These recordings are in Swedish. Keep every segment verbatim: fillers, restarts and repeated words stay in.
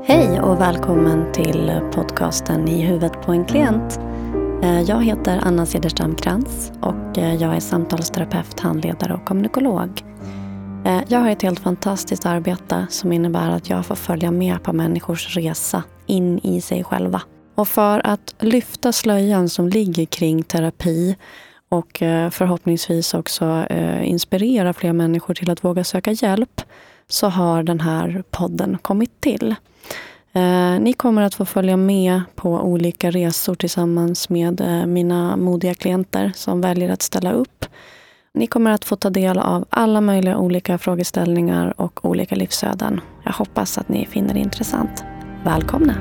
Hej och välkommen till podcasten I huvudet på en klient. Jag heter Anna Cederstam-Krantz och jag är samtalsterapeut, handledare och kommunikolog. Jag har ett helt fantastiskt arbete som innebär att jag får följa med på människors resa in i sig själva. Och för att lyfta slöjan som ligger kring terapi och förhoppningsvis också inspirera fler människor till att våga söka hjälp, så har den här podden kommit till. Eh, ni kommer att få följa med på olika resor tillsammans med eh, mina modiga klienter som väljer att ställa upp. Ni kommer att få ta del av alla möjliga olika frågeställningar och olika livsöden. Jag hoppas att ni finner det intressant. Välkomna!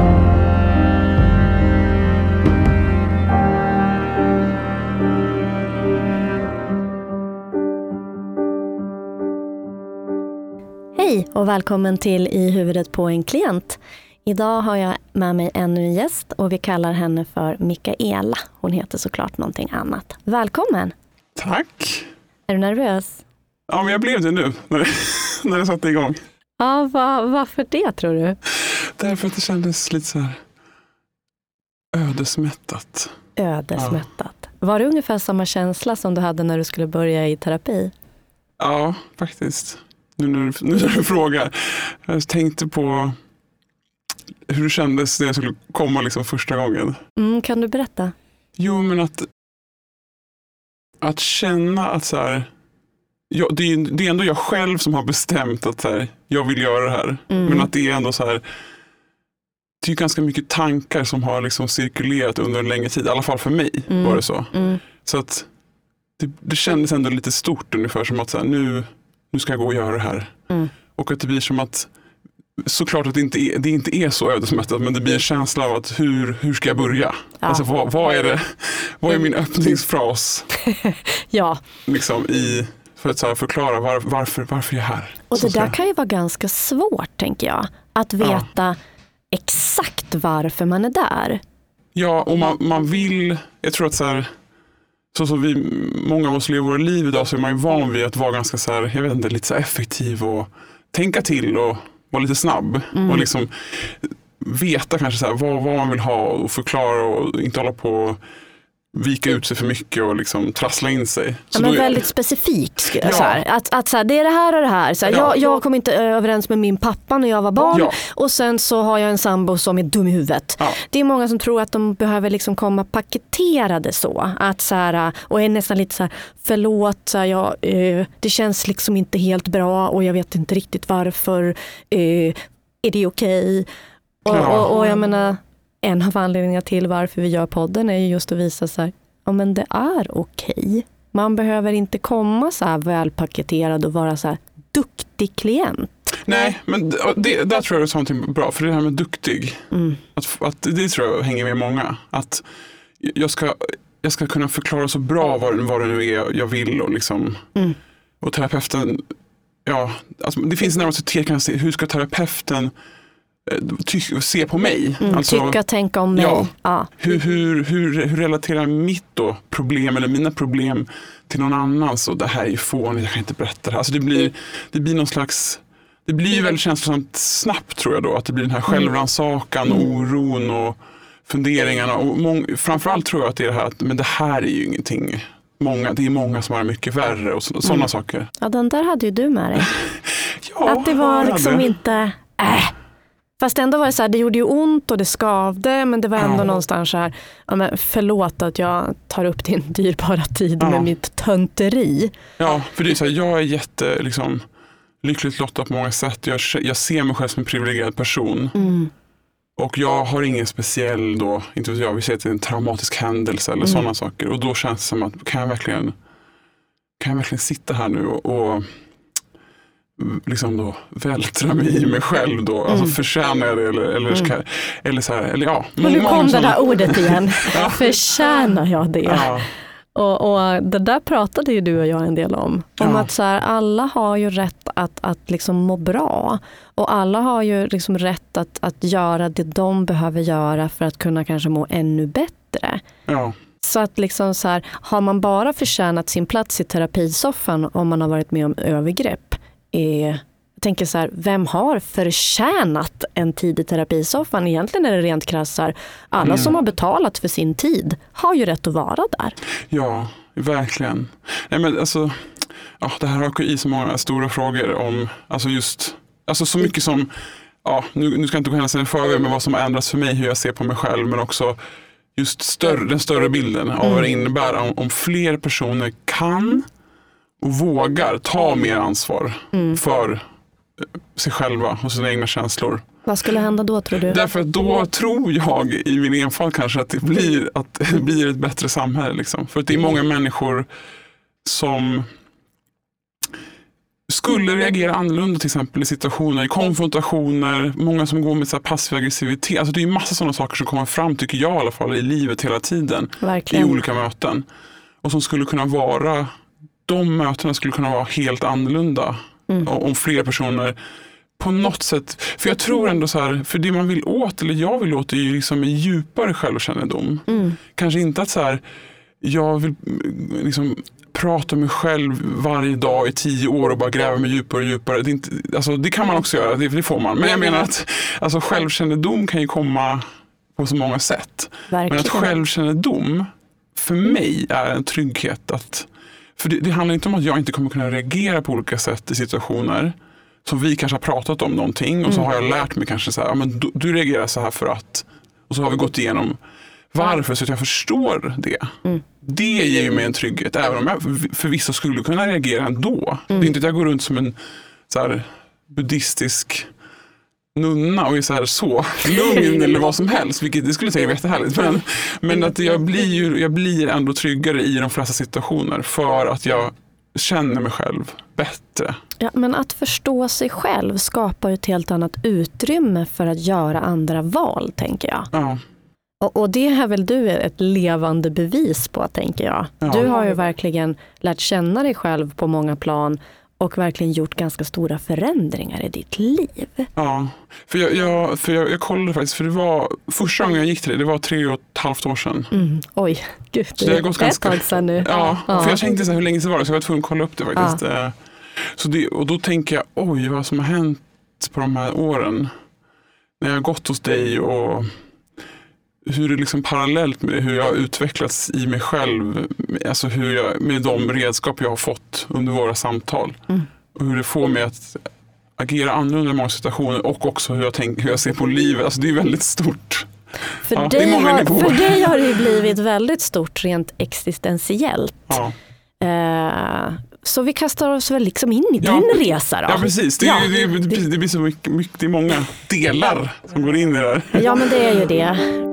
Hej och välkommen till I huvudet på en klient. Idag har jag med mig ännu en gäst och vi kallar henne för Mikaela. Hon heter såklart någonting annat. Välkommen! Tack! Är du nervös? Ja, men jag blev det nu när det, när det satte igång. Ja, va, varför det tror du? Därför att det kändes lite så här ödesmättat. Ödesmättat. Ja. Var det ungefär samma känsla som du hade när du skulle börja i terapi? Ja, faktiskt. Nu när du, nu när du frågar. Jag tänkte på hur det kändes när jag skulle komma liksom första gången. Mm, kan du berätta? Jo, men att att känna att så här, ja, det, är, det är ändå jag själv som har bestämt att så här, jag vill göra det här. Mm. Men att det är ändå så här, det är ganska mycket tankar som har liksom cirkulerat under en längre tid. I alla fall för mig mm. var det så. Mm. Så att det, det kändes ändå lite stort ungefär som att så här, nu nu ska jag gå och göra det här. Mm. Och att det blir som att, såklart att det inte är, det inte är så ödesmättat, men det blir en känsla av att hur, hur ska jag börja? Ja. Alltså vad, vad är det? Vad är min öppningsfras? Ja. Liksom i, för att så här förklara var, varför, varför jag är här. Och det så där kan ju vara ganska svårt, tänker jag. Att veta ja. exakt varför man är där. Ja, och man, man vill, jag tror att så här, så som vi, många av oss lever våra liv idag, så är man ju van vid att vara ganska så här, jag vet inte, lite så effektiv och tänka till och vara lite snabb. Mm. Och liksom veta kanske så här, vad, vad man vill ha och förklara och inte hålla på och vika ut sig för mycket och liksom trassla in sig. Så ja, men väldigt är... specifik. Ja. Så här, att, att så här, det är det här och det här. Så här, ja. jag, jag kom inte överens med min pappa när jag var barn. Ja. Och sen så har jag en sambo som är dum i huvudet. Ja. Det är många som tror att de behöver liksom komma paketerade så. Att så här, och är nästan lite så här, förlåt, så här, jag, eh, det känns liksom inte helt bra och jag vet inte riktigt varför. Eh, är det okej? Okay? Och, ja. och, och jag menar... En av anledningarna till varför vi gör podden är ju just att visa så här, ja men det är okej. Man behöver inte komma så här välpaketerad och vara så här duktig klient. Nej, men det, där tror jag det är någonting bra. För det här med duktig, mm. att, att det tror jag hänger med många. Att jag ska, jag ska kunna förklara så bra vad, vad det nu är jag vill och liksom. Mm. Och terapeuten, ja, alltså det finns nervositet, kan jag se, hur ska terapeuten Ty- se på mig. Mm, alltså, tycka, tänka om mig. Ja, ja. hur, hur, hur, hur relaterar mitt då problem eller mina problem till någon annan? Så det här är ju fånigt, jag kan inte berätta det här. Alltså det blir, det blir någon slags, det blir väldigt känslosamt snabbt tror jag då. Att det blir den här självrannsakan, mm. oron och funderingarna. Och mång, framförallt tror jag att det är det här att men det här är ju ingenting. Många, det är många som har mycket värre och sådana mm. saker. Ja, den där hade ju du med dig. Ja, att det var liksom hade. inte... Äh. Fast ändå var det så här, det gjorde ju ont och det skavde, men det var ändå ja. någonstans så här, ja, men förlåt att jag tar upp din dyrbara tid ja. med mitt tönteri. Ja, för det är så här, jag är jätte liksom, lyckligt lottad på många sätt. Jag, jag ser mig själv som en privilegierad person. Mm. Och jag har ingen speciell då, inte vet jag, vi säger att det är en traumatisk händelse eller mm. sådana saker. Och då känns det som att kan jag verkligen, kan jag verkligen sitta här nu och, och liksom då vältra mig i mig själv då, mm. alltså förtjänar jag det eller, eller, ska, mm. eller så här, eller ja. Och nu kom det där ordet igen, ja. Förtjänar jag det? Ja. Och, och det där pratade ju du och jag en del om. Om ja. att så här, alla har ju rätt att, att liksom må bra. Och alla har ju liksom rätt att, att göra det de behöver göra för att kunna kanske må ännu bättre. Ja. Så att liksom så här, har man bara förtjänat sin plats i terapisoffan om man har varit med om övergrepp, är, Jag tänker så här, vem har förtjänat en tid i terapisoffan? Egentligen är det rent krasst så här, alla mm. som har betalat för sin tid har ju rätt att vara där. Ja, verkligen. Nej, men alltså, ja, det här har i så många stora frågor om, alltså just, alltså så mycket som, ja, nu, nu ska jag inte gå händelsen i förväg med vad som har ändrats för mig, hur jag ser på mig själv, men också just större, den större bilden av vad det innebär om, om fler personer kan och vågar ta mer ansvar mm. för sig själva och sina egna känslor. Vad skulle hända då, tror du? Därför att då tror jag i min enfald kanske att det blir, att det blir ett bättre samhälle. Liksom. För att det är många människor som skulle reagera annorlunda till exempel i situationer, i konfrontationer, många som går med så här passiv aggressivitet. Alltså det är ju massa sådana saker som kommer fram, tycker jag i alla fall, i livet hela tiden. Verkligen. I olika möten. Och som skulle kunna vara, de mötena skulle kunna vara helt annorlunda mm. om fler personer på något sätt. För jag tror ändå så här, för det man vill åt, eller jag vill åt, är ju liksom en djupare självkännedom. Mm. Kanske inte att så här, jag vill liksom prata med mig själv varje dag i tio år och bara gräva mig djupare och djupare. Det, är inte, alltså, det kan man också göra, det, det får man. Men jag menar att alltså, självkännedom kan ju komma på så många sätt. Verkligen. Men att självkännedom för mig är en trygghet. Att, för det, det handlar inte om att jag inte kommer kunna reagera på olika sätt i situationer som vi kanske har pratat om någonting och så mm. har jag lärt mig kanske så här, ja, men du, du reagerar så här för att, och så har vi gått igenom varför, så att jag förstår det. Mm. Det ger ju mig en trygghet, även om jag förvisso skulle kunna reagera ändå. Mm. Det är inte att jag går runt som en så här, buddhistisk nunna och är så här så lugn eller vad som helst, vilket det skulle säga är jättehärligt. Men, men att jag blir, ju, jag blir ändå tryggare i de flesta situationer för att jag känner mig själv bättre. Ja, men att förstå sig själv skapar ju ett helt annat utrymme för att göra andra val, tänker jag. Ja. Och, och det är väl du ett levande bevis på, tänker jag. Ja. Du har ju verkligen lärt känna dig själv på många plan och verkligen gjort ganska stora förändringar i ditt liv. Ja, för jag, jag, för jag, jag kollade faktiskt, för det var första gången jag gick till det, det var tre och ett halvt år sedan. Mm. Oj, gud, det, det är gått ganska, ett tag sedan nu. Ja, ja, för jag tänkte så här, hur länge det var, så jag var tvungen att kolla upp det faktiskt. Ja. Så det, och då tänker jag, oj, vad som har hänt på de här åren. När jag har gått hos dig och hur det liksom parallellt med hur jag har utvecklats i mig själv, alltså hur jag, med de redskap jag har fått under våra samtal mm. och hur det får mig att agera annorlunda i många situationer och också hur jag, tänker, hur jag ser på livet. Alltså det är väldigt stort. För, ja, dig, har, för dig har det ju blivit väldigt stort rent existentiellt. Ja. Uh, så vi kastar oss väl liksom in i ja, din resa då. Ja, precis. Det, ja. det, det, det, det blir så mycket, mycket, det är många delar som går in i det här. Ja, men det är ju det.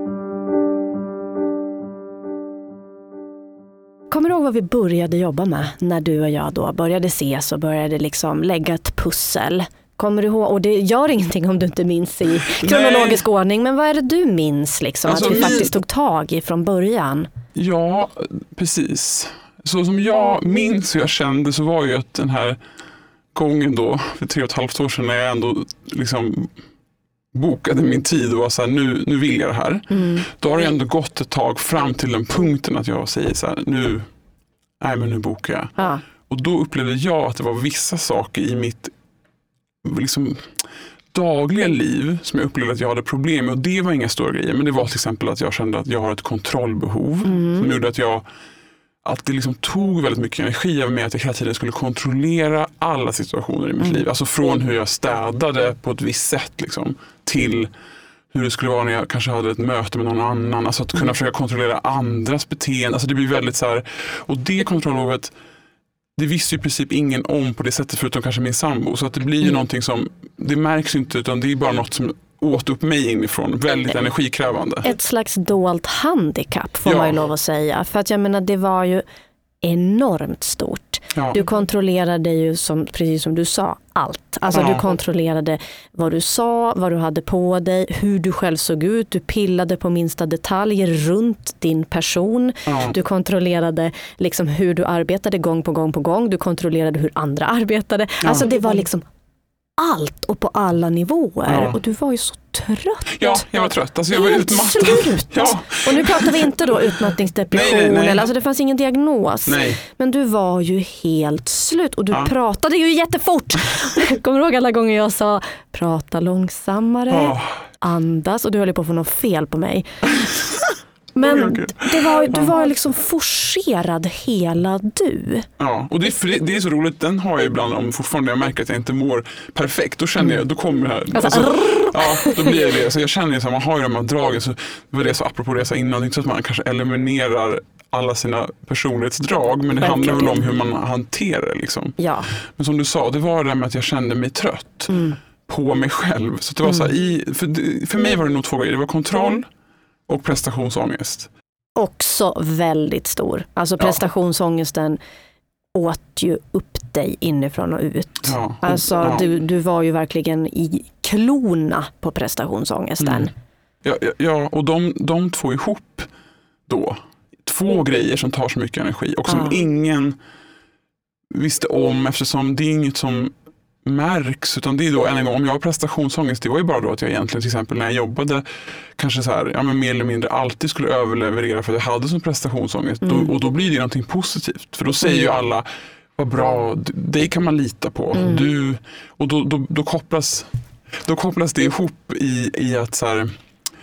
Kommer du ihåg vad vi började jobba med när du och jag då började ses och började liksom lägga ett pussel? Kommer du ihåg? Och det gör ingenting om du inte minns i kronologisk Nej. ordning, men vad är det du minns liksom? Alltså, att vi, vi faktiskt tog tag i från början? Ja, precis. Så som jag minns och jag kände så var ju att den här gången då för tre och ett halvt år sedan när jag ändå liksom bokade min tid och var så här, nu, nu vill jag det här. Mm. Då har det ändå gått ett tag fram till den punkten att jag säger så här, nu, nej men nu bokar jag. Ja. Och då upplevde jag att det var vissa saker i mitt liksom dagliga liv som jag upplevde att jag hade problem med, och det var inga stora grejer, men det var till exempel att jag kände att jag har ett kontrollbehov mm. som gjorde att jag att det liksom tog väldigt mycket energi av mig att jag hela tiden skulle kontrollera alla situationer i mitt mm. liv. Alltså från hur jag städade på ett visst sätt liksom, till hur det skulle vara när jag kanske hade ett möte med någon annan. Alltså att kunna mm. försöka kontrollera andras beteende. Alltså det blir väldigt så här, och det kontrollbehovet, det visste ju i princip ingen om på det sättet förutom kanske min sambo. Så att det blir ju mm. någonting som, det märks inte utan det är bara något som åt upp mig inifrån. Väldigt ett, energikrävande. Ett slags dolt handikapp får ja. man ju lov att säga. För att jag menar, det var ju enormt stort. Ja. Du kontrollerade ju, som, precis som du sa, allt. Alltså ja. du kontrollerade vad du sa, vad du hade på dig, hur du själv såg ut. Du pillade på minsta detaljer runt din person. Ja. Du kontrollerade liksom hur du arbetade gång på gång på gång. Du kontrollerade hur andra arbetade. Ja. Alltså det var liksom allt och på alla nivåer. Ja. Och du var ju så trött. Ja, jag var trött. Alltså jag var Helt utmattad. slut. Ja. Och nu pratar vi inte då utmattningsdepression. Nej, nej, nej. Eller, alltså det fanns ingen diagnos. Nej. Men du var ju helt slut. Och du Ja. pratade ju jättefort. Kommer du ihåg alla gånger jag sa prata långsammare, Oh. andas. Och du höll på att få något fel på mig. Men det var, du var liksom forcerad hela du. Ja, och det är, för det, det är så roligt. Den har jag ibland om fortfarande jag märker att jag inte mår perfekt. Då känner jag, då kommer det här. Alltså, ja, då blir det. Så jag känner ju så man har ju de här dragen. Så det var det så apropå resa innan. Det är inte så att man kanske eliminerar alla sina personlighetsdrag. Men det Verkligen. handlar väl om hur man hanterar det liksom. Ja. Men som du sa, det var det med att jag kände mig trött Mm. på mig själv. Så det var så här, i, för, för mig var det nog två grejer. Det var kontroll och prestationsångest. Också väldigt stor. Alltså prestationsångesten åt ju upp dig inifrån och ut. Ja, och, Alltså ja. du, du var ju verkligen i klona på prestationsångesten. Mm. Ja, ja, ja, och de, de två ihop då. Två grejer som tar så mycket energi och som Ja. ingen visste om eftersom det är inget som märks, utan det är då en gång, om jag har prestationsångest, det var ju bara då att jag egentligen till exempel när jag jobbade kanske så här, ja men mer eller mindre alltid skulle överleverera för att jag hade som prestationsångest Mm. då, och då blir det någonting positivt, för då säger ju alla vad bra, d- dig kan man lita på Mm. du, och då, då, då kopplas då kopplas det ihop i, i att så här,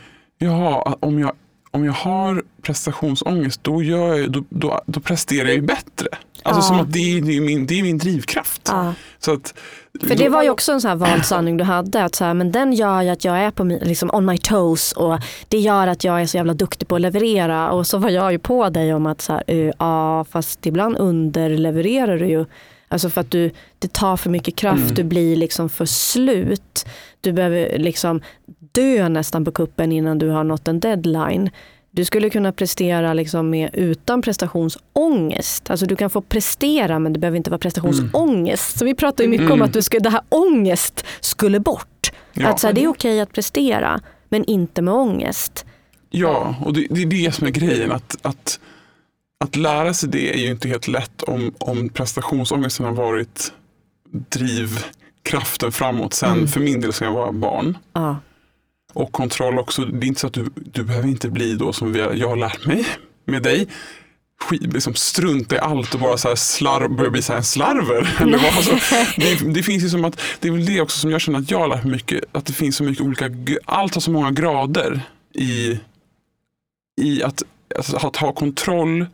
ja, om jag om jag har prestationsångest då, gör jag, då, då, då presterar jag ju bättre. Alltså Ja. som att det är, det är, min, det är min drivkraft. Ja. Så att, För det var ju också en sån här valsanning du hade. Att så här, men den gör ju att jag är på min, liksom on my toes. Och det gör att jag är så jävla duktig på att leverera. Och så var jag ju på dig om att så här, uh, ja fast ibland underlevererar du ju. Alltså för att du, det tar för mycket kraft. Mm. Du blir liksom för slut. Du behöver liksom dö nästan på kuppen innan du har nått en deadline. Du skulle kunna prestera liksom med, utan prestationsångest. Alltså du kan få prestera men det behöver inte vara prestationsångest. Mm. Så vi pratar ju mycket Mm. om att du ska, det här ångest skulle bort. Ja. Att så här, det är okej att prestera men inte med ångest. Ja, och det, det är det som är grejen. Att, att, att lära sig det är ju inte helt lätt om, om prestationsångesten har varit drivkraften framåt sen Mm. för min del som jag var barn. Ja. Och kontroll också. Det är inte så att du, du behöver inte bli då som vi har, jag har lärt mig med dig. Skit, liksom strunta i allt och bara så här slarv, börja bli så här en slarver. Eller vad, alltså, det, det finns ju som att, det är väl det också som jag känner att jag har lärt mig mycket. Att det finns så mycket olika, allt har så många grader i, i att, alltså, att ha kontroll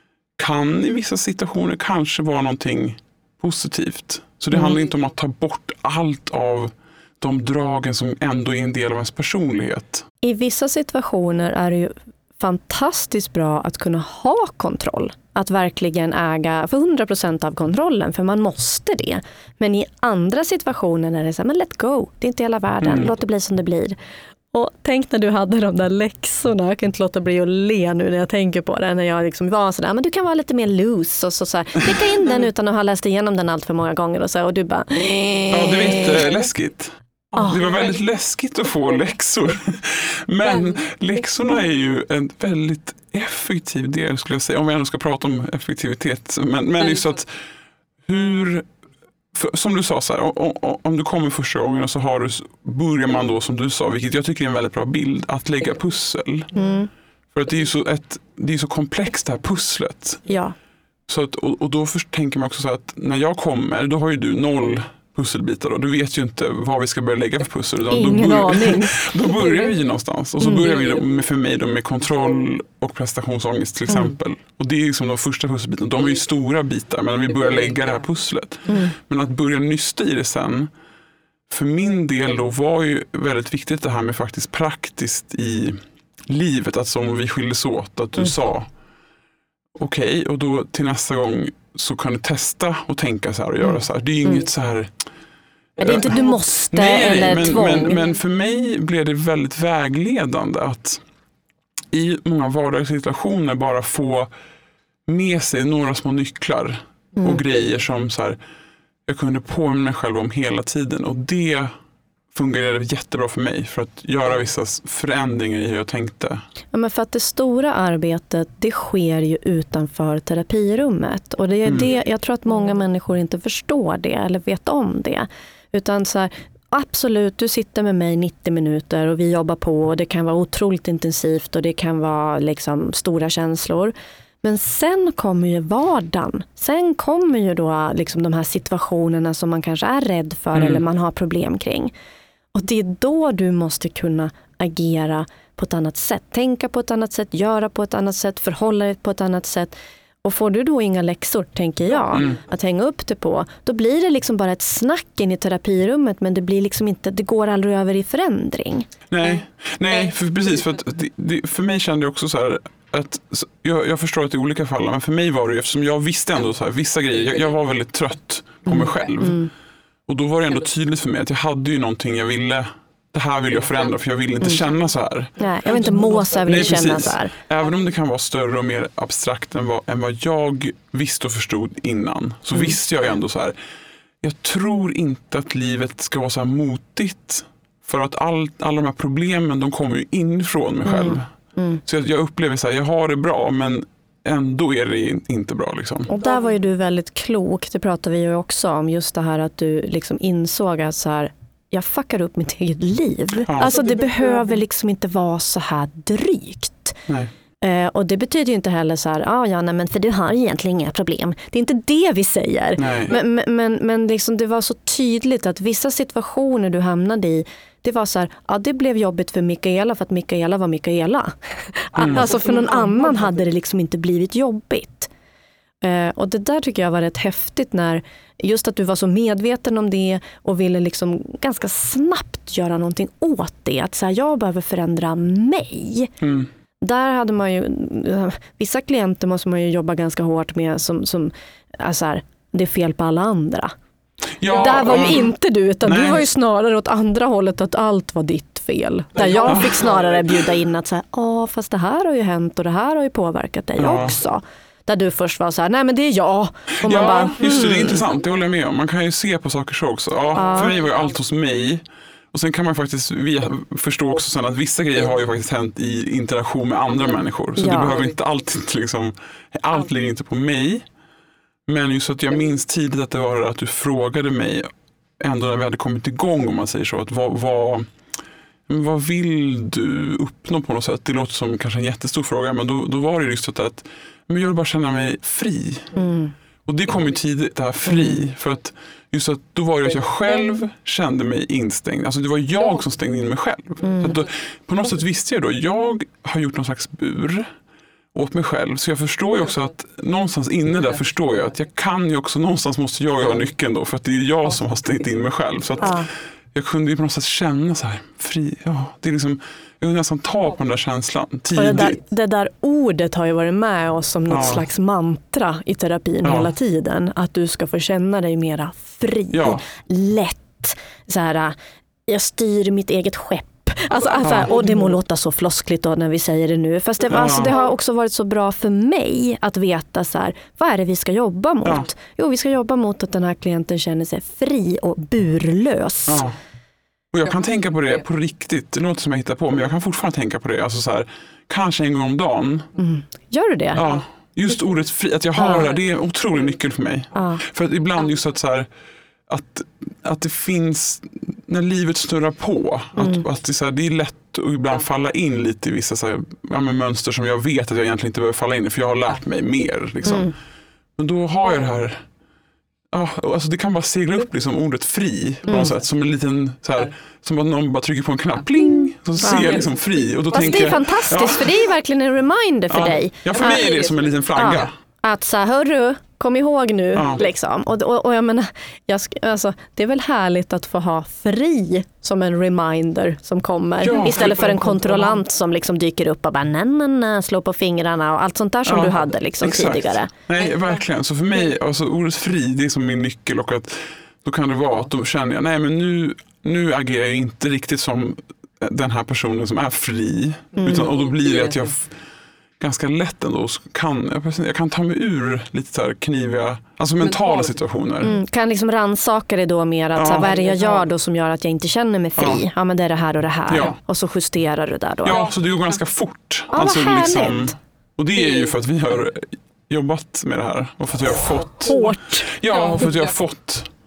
kan i vissa situationer kanske vara någonting positivt. Så det Mm. handlar inte om att ta bort allt av de dragen som ändå är en del av ens personlighet. I vissa situationer är det ju fantastiskt bra att kunna ha kontroll. Att verkligen äga för hundra procent av kontrollen, för man måste det. Men i andra situationer är det så här, men let go. Det är inte hela världen. Mm. Låt det bli som det blir. Och tänk när du hade de där läxorna. Jag kan inte låta bli att le nu när jag tänker på det. När jag liksom var sådär, men du kan vara lite mer loose. Och så, så här, klicka in den utan att ha läst igenom den allt för många gånger. Och, så, och du bara... Ja, det är lite läskigt. Oh. Det var väldigt läskigt att få läxor. Men läxorna är ju en väldigt effektiv del skulle jag säga. Om vi ändå ska prata om effektivitet. Men, men det är så att hur... För, som du sa, så här, om, om, om du kommer första gången och så har du, börjar man då som du sa, vilket jag tycker är en väldigt bra bild, att lägga pussel. Mm. För att det är ju så, ett, det är så komplext det här pusslet. Ja. Så att, och, och då först tänker man också så här att när jag kommer, då har ju du noll pusselbitar och du vet ju inte vad vi ska börja lägga för pussel. Utan Ingen då börjar, aning. Då börjar vi någonstans och så Mm. börjar vi då med, för mig då med kontroll och prestationsångest till exempel. Mm. Och det är liksom de första pusselbitarna. De är ju stora bitar men vi börjar lägga det här pusslet. Mm. Men att börja nysta i det sen, för min del då var ju väldigt viktigt det här med faktiskt praktiskt i livet, att som vi skildes åt, att du Mm. sa okej, okay, och då till nästa gång så kan du testa och tänka så här och göra så här. Det är ju Mm. inget så här... Det är inte du måste nej, eller men, tvång. Men, men för mig blev det väldigt vägledande att i många vardagssituationer bara få med sig några små nycklar Mm. och grejer som så här, jag kunde påminna mig själv om hela tiden. Och det fungerade jättebra för mig för att göra vissa förändringar i hur jag tänkte. Ja, men för att det stora arbetet, det sker ju utanför terapirummet. Och det är Mm. det, jag tror att många människor inte förstår det eller vet om det. Utan så här, absolut, du sitter med mig nittio minuter och vi jobbar på och det kan vara otroligt intensivt och det kan vara liksom stora känslor. Men sen kommer ju vardagen. Sen kommer ju då liksom de här situationerna som man kanske är rädd för mm. eller man har problem kring. Och det är då du måste kunna agera på ett annat sätt. Tänka på ett annat sätt, göra på ett annat sätt, förhålla dig på ett annat sätt. Och får du då inga läxor, tänker jag, mm. att hänga upp det på, då blir det liksom bara ett snack in i terapirummet, men det blir liksom inte, det går aldrig över i förändring. Nej, nej, för precis, för att det, det, för mig kände jag också så här att jag, jag förstår att det är olika fall, men för mig var det, eftersom jag visste ändå så här, vissa grejer, jag, jag var väldigt trött på mig själv. Mm. Och då var det ändå tydligt för mig att jag hade ju någonting jag ville, det här vill jag förändra, för jag vill inte mm. känna så här. Nej, jag vill inte må så här, jag vill Nej, känna så här. Även om det kan vara större och mer abstrakt än vad, än vad jag visste och förstod innan, så mm. visste jag ändå så här, jag tror inte att livet ska vara så här motigt, för att all, alla de här problemen, de kommer ju inifrån mig själv. Mm. Mm. Så jag, jag upplever så här, jag har det bra, men ändå är det inte bra liksom. Och där var ju du väldigt klok, det pratade vi ju också om, just det här att du liksom insåg att så här, jag fuckar upp mitt eget liv. Ja. Alltså det behöver liksom inte vara så här drygt. Nej. Eh, och det betyder ju inte heller så här, ah, ja, nej, men för du har egentligen inga problem. Det är inte det vi säger. Nej. Men, men, men liksom det var så tydligt att vissa situationer du hamnade i, det var så här, ja, det blev jobbigt för Mikaela för att Mikaela var Mikaela. Mm. Alltså för någon annan hade det liksom inte blivit jobbigt. Eh, och det där tycker jag var rätt häftigt, när just att du var så medveten om det och ville liksom ganska snabbt göra någonting åt det. Att så här, jag behöver förändra mig. Mm. Där hade man ju, vissa klienter måste man ju jobba ganska hårt med som, som alltså här, det är fel på alla andra. Ja, där var ju um, inte du, utan nej. du var ju snarare åt andra hållet, att allt var ditt fel. Där jag fick snarare bjuda in att säga, ja fast det här har ju hänt och det här har ju påverkat dig ja. också. Där du först var så här, nej men det är jag. Och man ja, bara, just det, det är intressant, det håller jag med om. Man kan ju se på saker så också. Ja, ja. För mig var ju allt hos mig. Och sen kan man faktiskt vi förstå också sen att vissa grejer har ju faktiskt hänt i interaktion med andra människor. Så ja. det behöver inte alltid liksom, allt ligger inte på mig. Men just att jag minns tidigt att det var att du frågade mig ändå när vi hade kommit igång, om man säger så, att vad, vad, vad vill du uppnå på något sätt? Det låter som kanske en jättestor fråga, men då, då var det just att men jag vill bara känna mig fri. Mm. Och det kom ju tidigt, det här fri, mm. för att just att då var det att jag själv kände mig instängd. Alltså det var jag som stängde in mig själv. Mm. Så att då, på något sätt visste jag då, jag har gjort någon slags bur åt mig själv. Så jag förstår ju också att någonstans inne där förstår jag att jag kan ju också, någonstans måste jag ha nyckeln då, för att det är jag som har stängt in mig själv. Så att ja. jag kunde ju på något sätt känna så här, fri, ja, det är liksom, jag vill nästan ta på den där känslan tidigt. Och det, där, det där ordet har ju varit med oss som något ja. slags mantra i terapin ja. hela tiden. Att du ska få känna dig mera fri, ja. lätt, så här, jag styr mitt eget skepp. Alltså, alltså, ja. Och det må låta så floskligt då när vi säger det nu. Fast det, ja. alltså, det har också varit så bra för mig att veta så här, vad är det vi ska jobba mot? Ja. Jo, vi ska jobba mot att den här klienten känner sig fri och burlös. Ja. Och jag kan tänka på det på riktigt. Det är något som jag hittar på, men jag kan fortfarande tänka på det. Alltså så här, kanske en gång om dagen. Mm. Gör du det? Ja, just ordet fri, att jag har ja. det, det är en otrolig nyckel för mig. Ja. För att ibland just att så här, att, att det finns, när livet snurrar på, mm. att, att det, så här, det är lätt att ibland falla in lite i vissa så här, ja, mönster som jag vet att jag egentligen inte behöver falla in i, för jag har lärt mig mer. Liksom. Mm. Men då har jag det här, ja, alltså det kan bara segla upp liksom, ordet fri på mm. något sätt, som en liten så här, som att någon bara trycker på en knapp, pling, så ser jag liksom fri. Och då alltså, tänker det är fantastiskt, ja. för det är verkligen en reminder för ja. dig. Ja, för mig är det som en liten flagga. Ja. Att så här, hörru, kom ihåg nu, ja. liksom. Och, och, och jag menar, jag, alltså, det är väl härligt att få ha fri som en reminder som kommer. Ja, istället för en kontrollant som liksom dyker upp och bara na, na, na, slår på fingrarna och allt sånt där som ja, du hade liksom tidigare. Nej, verkligen. Så för mig, alltså, ordet fri, det är som min nyckel, och att då kan det vara att då känner jag, nej men nu, nu agerar jag inte riktigt som den här personen som är fri. Mm. Utan, och då blir det att jag ganska lätt ändå kan, jag kan ta mig ur lite så här kniviga, alltså mentala situationer. Mm, kan liksom rannsaka det då mer att ja. så här, vad är det jag gör då som gör att jag inte känner mig fri? Ja, ja men det är det här och det här. Ja. Och så justerar du där då. Ja, så det går ganska fort. Ja, alltså, vad härligt. Liksom, och det är ju för att vi har jobbat med det här och för att vi har fått hårt. Ja, och för att vi har fått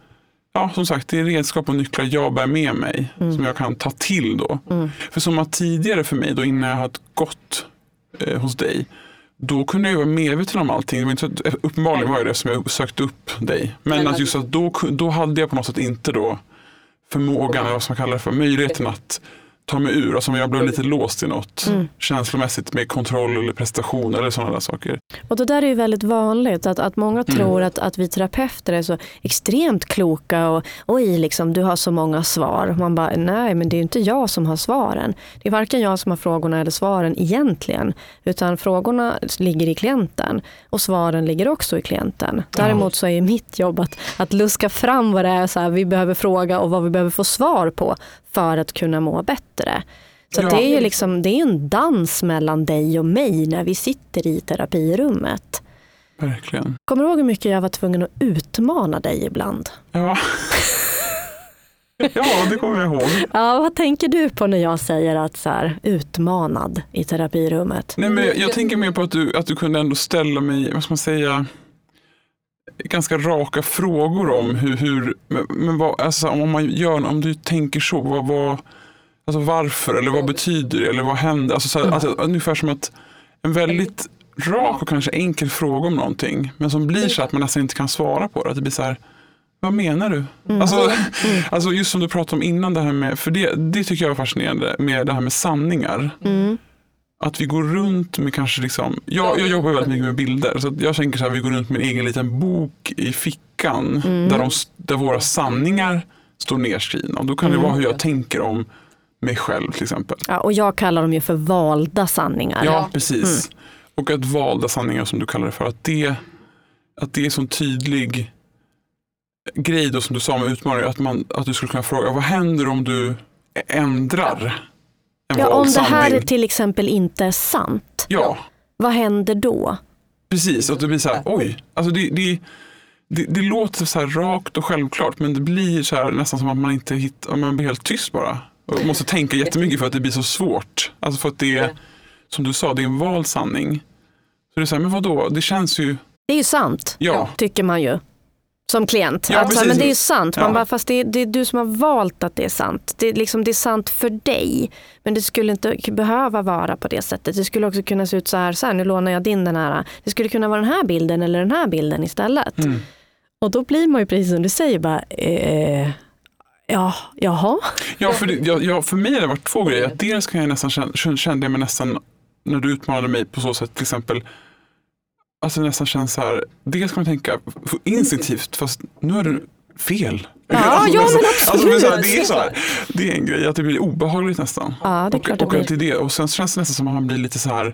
ja, som sagt, det är redskap och nycklar jag bär med mig mm. som jag kan ta till då. Mm. För som att tidigare för mig, då innan jag hade gått eh, hos dig, då kunde jag vara medveten om allting. Det var inte, uppenbarligen var det det som jag sökte upp dig. Men att just att då, då hade jag på något sätt inte då förmågan, eller vad som man kallar det för, möjligheten att ta mig ur. Alltså jag blev lite låst i något mm. känslomässigt med kontroll eller prestation eller sådana där saker. Och det där är ju väldigt vanligt att, att många mm. tror att, att vi terapeuter är så extremt kloka och oj, liksom, du har så många svar. Man bara, nej, men det är ju inte jag som har svaren. Det är varken jag som har frågorna eller svaren egentligen, utan frågorna ligger i klienten och svaren ligger också i klienten. Däremot så är mitt jobb att, att luska fram vad det är så här, vi behöver fråga och vad vi behöver få svar på för att kunna må bättre. Så ja. det är ju liksom, det är en dans mellan dig och mig när vi sitter i terapirummet. Verkligen. Kommer du ihåg hur mycket jag var tvungen att utmana dig ibland? Ja. Ja, det kommer jag ihåg. Ja, vad tänker du på när jag säger att så här, utmanad i terapirummet? Nej, men jag, jag tänker mer på att du, att du kunde ändå ställa mig, vad ska man säga, ganska raka frågor om hur, hur men, men vad, alltså, om man gör, om du tänker så, vad, vad alltså varför, eller vad betyder det, eller vad händer, alltså, så här, mm. alltså, ungefär som att en väldigt rak och kanske enkel fråga om någonting, men som blir så att man nästan inte kan svara på det, att det blir så här, vad menar du? Mm. Alltså, mm. alltså just som du pratade om innan det här med, för det, det tycker jag är fascinerande med det här med sanningar. Mm. Att vi går runt med kanske liksom, jag, jag jobbar väldigt mycket med bilder, så att jag tänker så här, vi går runt med en egen liten bok i fickan mm. där, de, där våra sanningar står nedskrivna. Och då kan mm. det vara hur jag tänker om mig själv till exempel. Ja, och jag kallar dem ju för valda sanningar. Ja, precis. Mm. Och att valda sanningar, som du kallar det för, att det, att det är så tydlig grej då, som du sa med utmaningar, att, man, att du skulle kunna fråga, vad händer om du ändrar en ja, vald om det här sanning? till exempel inte är sant, ja. vad händer då? Precis, att det blir så här, oj, alltså det, det, det, det låter så här rakt och självklart, men det blir så här nästan som att man inte hittar, man blir helt tyst bara. Och måste tänka jättemycket för att det blir så svårt. Alltså för att det är, som du sa, det är en vald sanning. Så det är så här, men vadå, det känns ju... Det är ju sant, ja. tycker man ju. Som klient. Ja, alltså, men det är ju sant. Man ja. bara, fast det är, det är du som har valt att det är sant. Det är, liksom, det är sant för dig. Men det skulle inte behöva vara på det sättet. Det skulle också kunna se ut så här. Så här, nu lånar jag din den här. Det skulle kunna vara den här bilden eller den här bilden istället. Mm. Och då blir man ju precis som du säger bara... Eh, ja, jaha. Ja, för, det, ja, ja, för mig har det varit två grejer. Dels kan jag nästan känna, kände jag mig nästan när du utmanade mig på så sätt till exempel. Alltså det nästan känns så här, dels kan man tänka instinktivt, fast nu är det fel. Ja, alltså, ja nästan, men absolut. Alltså, det, är så här, det är en grej, att det blir obehagligt nästan. Ja, det är och, klart det och, blir. Till det. Och sen känns det nästan som att man blir lite så här,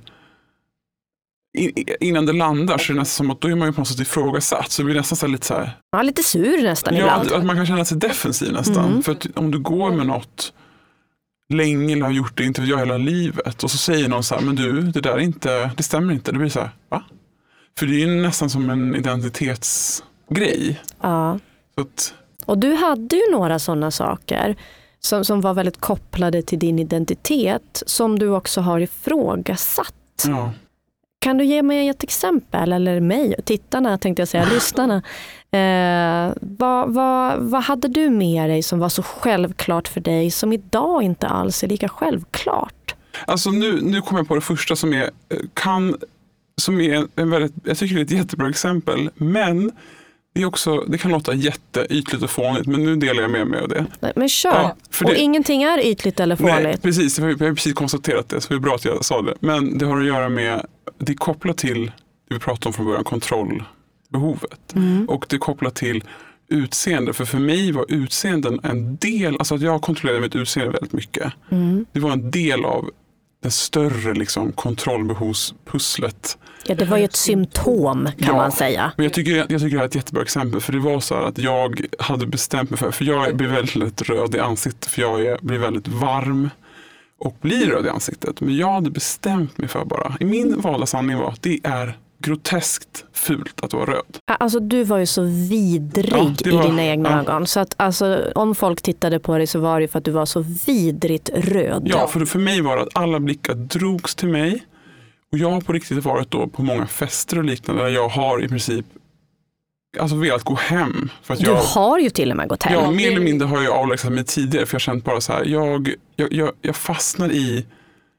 innan det landar så är det nästan som att då är man ju på något sätt ifrågasatt. Så det blir nästan så här lite så här. Ja, lite sur nästan ja, ibland. Att, att man kan känna sig defensiv nästan. Mm. För att om du går med något länge eller har gjort det, inte vet jag, hela livet. Och så säger någon så här, men du, det där är inte, det stämmer inte. Det blir så här, va? För det är ju nästan som en identitetsgrej. Ja. Så att... Och du hade ju några sådana saker som, som var väldigt kopplade till din identitet, som du också har ifrågasatt. Ja. Kan du ge mig ett exempel, eller mig, tittarna tänkte jag säga, lyssnarna. Eh, vad, vad, vad hade du med dig som var så självklart för dig som idag inte alls är lika självklart? Alltså nu, nu kommer jag på det första som är, kan, som är en väldigt, jag tycker det är ett jättebra exempel, men det, är också, det kan låta jätteytligt och fånigt, men nu delar jag med mig av det. Men kör, ja, och det, ingenting är ytligt eller fånigt. Nej, precis, jag har precis konstaterat det, så det är bra att jag sa det. Men det har att göra med, det är kopplat till det vi pratade om från början, kontrollbehovet. Mm. Och det är kopplat till utseende, för för mig var utseendet en del, alltså att jag kontrollerade mitt utseende väldigt mycket. Mm. Det var en del av det större liksom, kontrollbehovspusslet. Ja, det var ju ett symptom kan ja, man säga. Men jag tycker, jag tycker det här är ett jättebra exempel, för det var så här att jag hade bestämt mig för, för jag blir väldigt röd i ansiktet, för jag är, blir väldigt varm och blir röd i ansiktet. Men jag hade bestämt mig för bara, i min valda sanning var att det är groteskt fult att vara röd. Alltså du var ju så vidrig ja, var, i dina egna ja. ögon. Så att alltså, om folk tittade på dig så var det för att du var så vidrigt röd. Ja, för, för mig var det att alla blickar drogs till mig. Och jag har på riktigt varit då på många fester och liknande där jag har i princip alltså velat gå hem. För att du jag, har ju till och med gått hem. Ja, mer eller mindre har jag avlägsnat mig tidigare för jag har känt bara så här, jag, jag, jag, jag fastnar i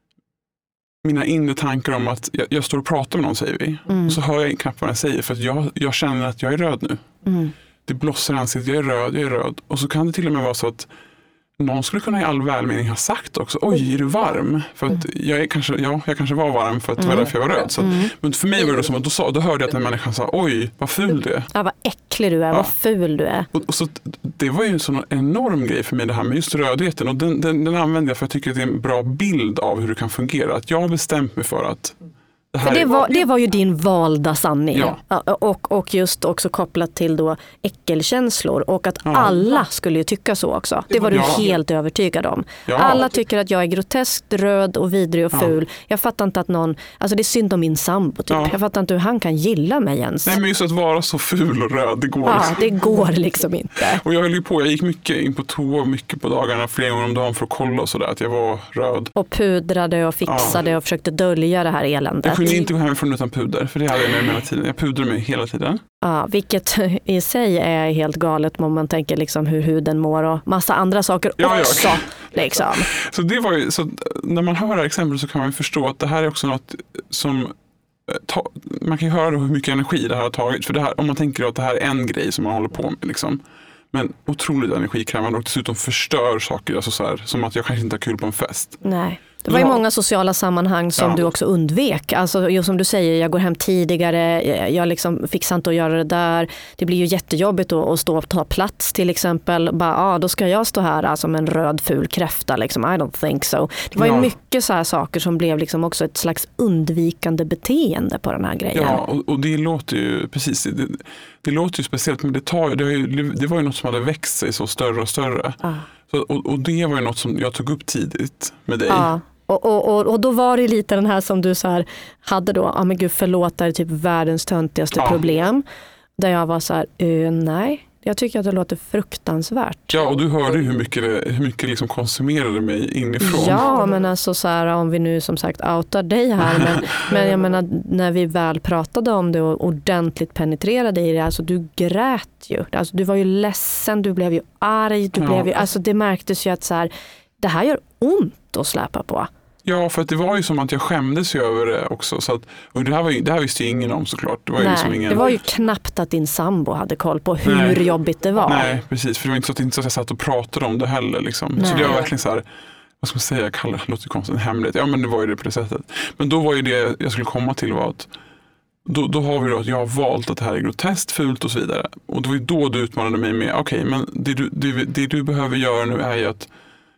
mina inre tankar om att jag, jag står och pratar med någon, säger vi. Mm. Och så hör jag knappt vad jag säger för att jag, jag känner att jag är röd nu. Mm. Det blossar i ansiktet, jag är röd, jag är röd. Och så kan det till och med vara så att någon skulle kunna i all välmening ha sagt också, oj, är du varm? För att jag, är kanske, ja, jag kanske var varm för att det var därför jag var röd. Så att, mm. Men för mig var det som att då, sa, då hörde jag att den människan sa, oj, vad ful du är. Ja, vad äcklig du är, ja. Vad ful du är. Och, och så, det var ju en sån enorm grej för mig det här med just rödheten. Och den, den, den använder jag för att jag tycker att det är en bra bild av hur det kan fungera. Att jag har bestämt mig för att Det, för det, var, det var ju din valda sanning. Ja. Och, och just också kopplat till då äckelkänslor och att ja. alla skulle ju tycka så också. Det var du ja. helt övertygad om. Ja. Alla tycker att jag är groteskt röd och vidrig och ful. Ja. Jag fattar inte att någon, alltså det är synd om min sambo typ. Ja. Jag fattar inte hur han kan gilla mig ens. Nej, men just att vara så ful och röd, det går ja, liksom. det går liksom inte. Och jag höll ju på, jag gick mycket in på toa mycket på dagarna, flera gånger om dagen för att kolla och sådär att jag var röd. Och pudrade och fixade ja. och försökte dölja det här eländet. Jag kunde inte gå hemifrån utan puder, för det hade jag med mig hela tiden. Jag pudrade mig hela tiden. Ja, vilket i sig är helt galet om man tänker liksom hur huden mår och massa andra saker ja, också. Ja. Liksom. Så det var ju, så när man hör det här exemplet så kan man ju förstå att det här är också något som ta, man kan ju höra hur mycket energi det här har tagit. För det här, om man tänker att det här är en grej som man håller på med liksom. Men otroligt energikrävande och dessutom förstör saker. Alltså så här, som att jag kanske inte har kul på en fest. Nej. Det var ju många sociala sammanhang som ja. du också undvek. Alltså just som du säger, jag går hem tidigare, jag liksom fixar inte att göra det där. Det blir ju jättejobbigt att stå och ta plats till exempel. Bara, ah, då ska jag stå här alltså, som en röd ful kräfta. Liksom. I don't think so. Det var ju ja. mycket så här saker som blev liksom också ett slags undvikande beteende på den här grejen. Ja, och, och det låter ju precis, det, det låter ju speciellt, men det, tar, det, ju, det var ju något som hade växt sig så större och större. Ah. Så, och, och det var ju något som jag tog upp tidigt med dig. Ja. Och, och, och då var det lite den här som du så här hade då, ja ah, men gud förlåt, det är typ världens töntigaste ja. problem. Där jag var så här, uh, nej, jag tycker att det låter fruktansvärt. Ja, och du hörde ju hur mycket det, hur mycket liksom konsumerade mig inifrån. Ja, men alltså så här, om vi nu som sagt outar dig här, men, men jag menar när vi väl pratade om det och ordentligt penetrerade i det, alltså du grät ju. Alltså du var ju ledsen, du blev ju arg, du ja. blev ju, alltså det märktes ju att så här, det här gör ont att släppa på. Ja, för att det var ju som att jag skämdes ju över det också. Så att, och det här, var ju, det här visste ju ingen om såklart. Det var, Nej, ju liksom ingen... det var ju knappt att din sambo hade koll på hur Nej. jobbigt det var. Nej, precis. För det var inte så att, inte så att jag satt och pratade om det heller. Liksom. Så det var verkligen så här, vad ska man säga, jag kallar det låter konstigt, en hemlighet. Ja, men det var ju det på det sättet. Men då var ju det jag skulle komma till var att då, då har vi då att jag har valt att det här är groteskt, fult och så vidare. Och det var ju då du utmanade mig med, okej, okay, men det du, det, det du behöver göra nu är ju att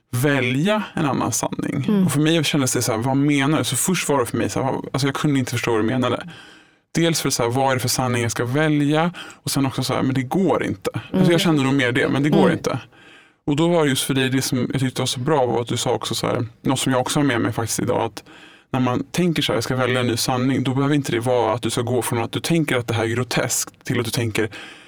välja en annan sanning. Mm. Och för mig kändes det så här, vad menar du? Så först var det för mig så här, alltså jag kunde inte förstå vad du menade. Dels för så här, vad är det för sanning jag ska välja? Och sen också så här, men det går inte. Mm. Alltså jag kände nog mer det, men det går mm. inte. Och då var det just för dig, det som jag tyckte var så bra var att du sa också så här, något som jag också har med mig faktiskt idag, att när man tänker så här, jag ska välja en ny sanning, då behöver inte det vara att du ska gå från att du tänker att det här är groteskt till att du tänker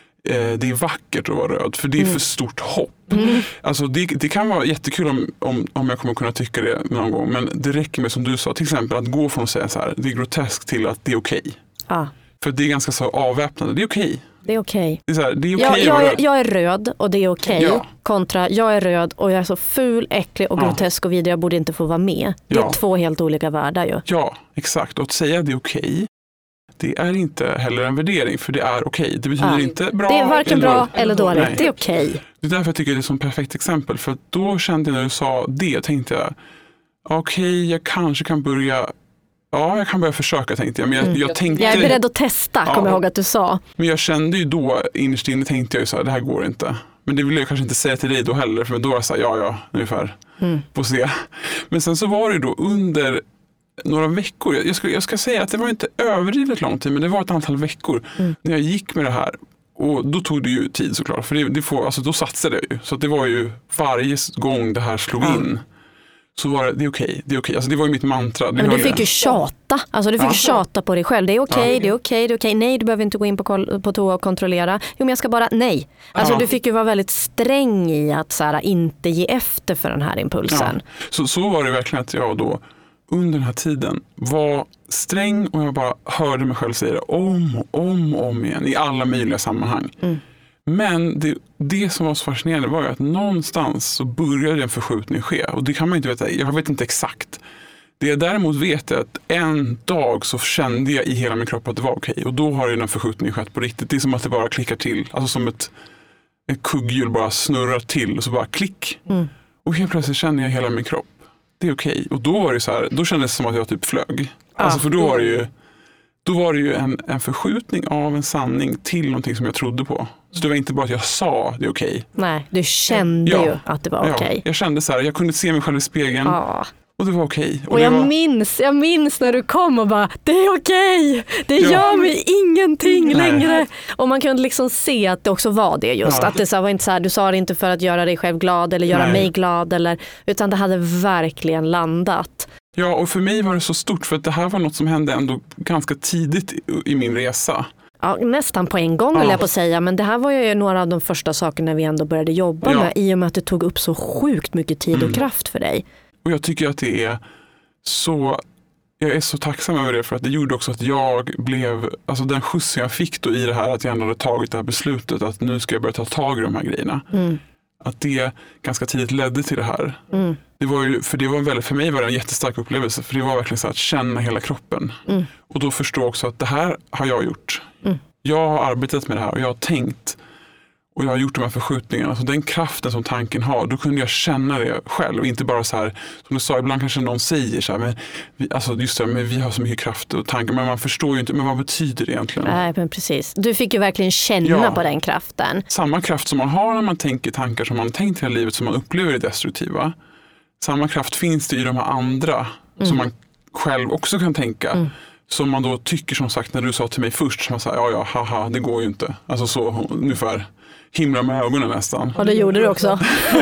det är vackert att vara röd, för det är för stort hopp. Mm. Alltså det, det kan vara jättekul om, om, om jag kommer kunna tycka det någon gång, men det räcker med, som du sa, till exempel att gå från att säga så här, det är groteskt till att det är okej. Okay. Ah. För det är ganska så avväpnande, det är okej. Okay. Det är okej. Det är så här, det är okay jag, jag, jag är röd och det är okej. Okay. Ja. Kontra, jag är röd och jag är så ful, äcklig och ja. grotesk och vidrig, jag borde inte få vara med. Det är ja. två helt olika världar ju. Ja, exakt. Och att säga det är okej, okay, det är inte heller en värdering, för det är okej. Okay. Det betyder ja. inte bra. Det är varken eller bra eller dåligt. Nej. Det är okej. Okay. Det är därför jag tycker det är som perfekt exempel. För då kände jag när du sa det, tänkte jag, okej, okay, jag kanske kan börja, ja, jag kan börja försöka, tänkte jag. Men jag, mm. jag, tänkte, jag är beredd att testa, ja, kommer jag ihåg att du sa. Men jag kände ju då, innerst inne tänkte jag ju så här, det här går inte. Men det ville jag kanske inte säga till dig då heller, för då var jag så här, ja, ja, ungefär, mm. får se. Men sen så var det då under några veckor, jag ska, jag ska säga att det var inte överdrivet lång tid, men det var ett antal veckor mm. när jag gick med det här. Och då tog det ju tid såklart, för det, det får, alltså då satsade jag ju. Så att det var ju varje gång det här slog ja. in, så var det, det är okej, okay, det är okej. Okay. Alltså det var ju mitt mantra. Men du fick ju tjata, alltså du fick ja. tjata på dig själv. Det är okej, okay, ja. det är okej, okay, det är okej. Okay. Nej, du behöver inte gå in på, på toa och kontrollera. Jo, men jag ska bara, nej. Alltså ja. du fick ju vara väldigt sträng i att så här, inte ge efter för den här impulsen. Ja. Så, så var det verkligen att jag då under den här tiden var sträng och jag bara hörde mig själv säga det om och om och om igen i alla möjliga sammanhang. Mm. Men det, det som var så fascinerande var ju att någonstans så började en förskjutning ske. Och det kan man inte veta, jag vet inte exakt. Det jag däremot vet är att en dag så kände jag i hela min kropp att det var okej. Och då har ju den förskjutningen skett på riktigt. Det är som att det bara klickar till. Alltså som ett, ett kugghjul bara snurrar till och så bara klick. Mm. Och helt plötsligt kände jag hela min kropp. Det är okej. Och då var det så här, då kändes det som att jag typ flög. Ah, alltså för då var det ju, då var det ju en, en förskjutning av en sanning till någonting som jag trodde på. Så det var inte bara att jag sa det är okej. Nej, du kände ja. ju att det var ja, okej. Jag kände så här, jag kunde se mig själv i spegeln. Ah. Och det var okej. Och, och jag, var... minns, jag minns när du kom och bara, det är okej. Det ja. gör mig ingenting Nej. längre. Och man kunde liksom se att det också var det just. Ja. Att det så var inte så här, du sa det inte för att göra dig själv glad eller göra Nej. mig glad. Eller, utan det hade verkligen landat. Ja, och för mig var det så stort för att det här var något som hände ändå ganska tidigt i, i min resa. Ja, nästan på en gång, ja. vill jag på säga. Men det här var ju några av de första sakerna vi ändå började jobba ja. med. I och med att det tog upp så sjukt mycket tid och mm. kraft för dig. Och jag tycker att det är så, jag är så tacksam över det för att det gjorde också att jag blev, alltså den skjutsen jag fick då i det här att jag ändå hade tagit det här beslutet att nu ska jag börja ta tag i de här grejerna. Mm. Att det ganska tidigt ledde till det här. Mm. Det var ju, för det var väldigt, för mig var det en jättestark upplevelse för det var verkligen så att känna hela kroppen. Mm. Och då förstå också att det här har jag gjort. Mm. Jag har arbetat med det här och jag har tänkt och jag har gjort de här förskjutningarna. Så den kraften som tanken har, då kunde jag känna det själv. Och inte bara så här, som du sa, ibland kanske någon säger så här, men vi, alltså just det, men vi har så mycket kraft och tankar. Men man förstår ju inte, men vad betyder det egentligen? Nej, men precis. Du fick ju verkligen känna ja. på den kraften. Samma kraft som man har när man tänker tankar som man har tänkt hela livet, som man upplever är destruktiva. Samma kraft finns det i de här andra, mm. som man själv också kan tänka. Mm. Som man då tycker, som sagt, när du sa till mig först, som man säger, ja, ja, haha, det går ju inte. Alltså så ungefär. Himla med ögonen nästan. Och det gjorde du också.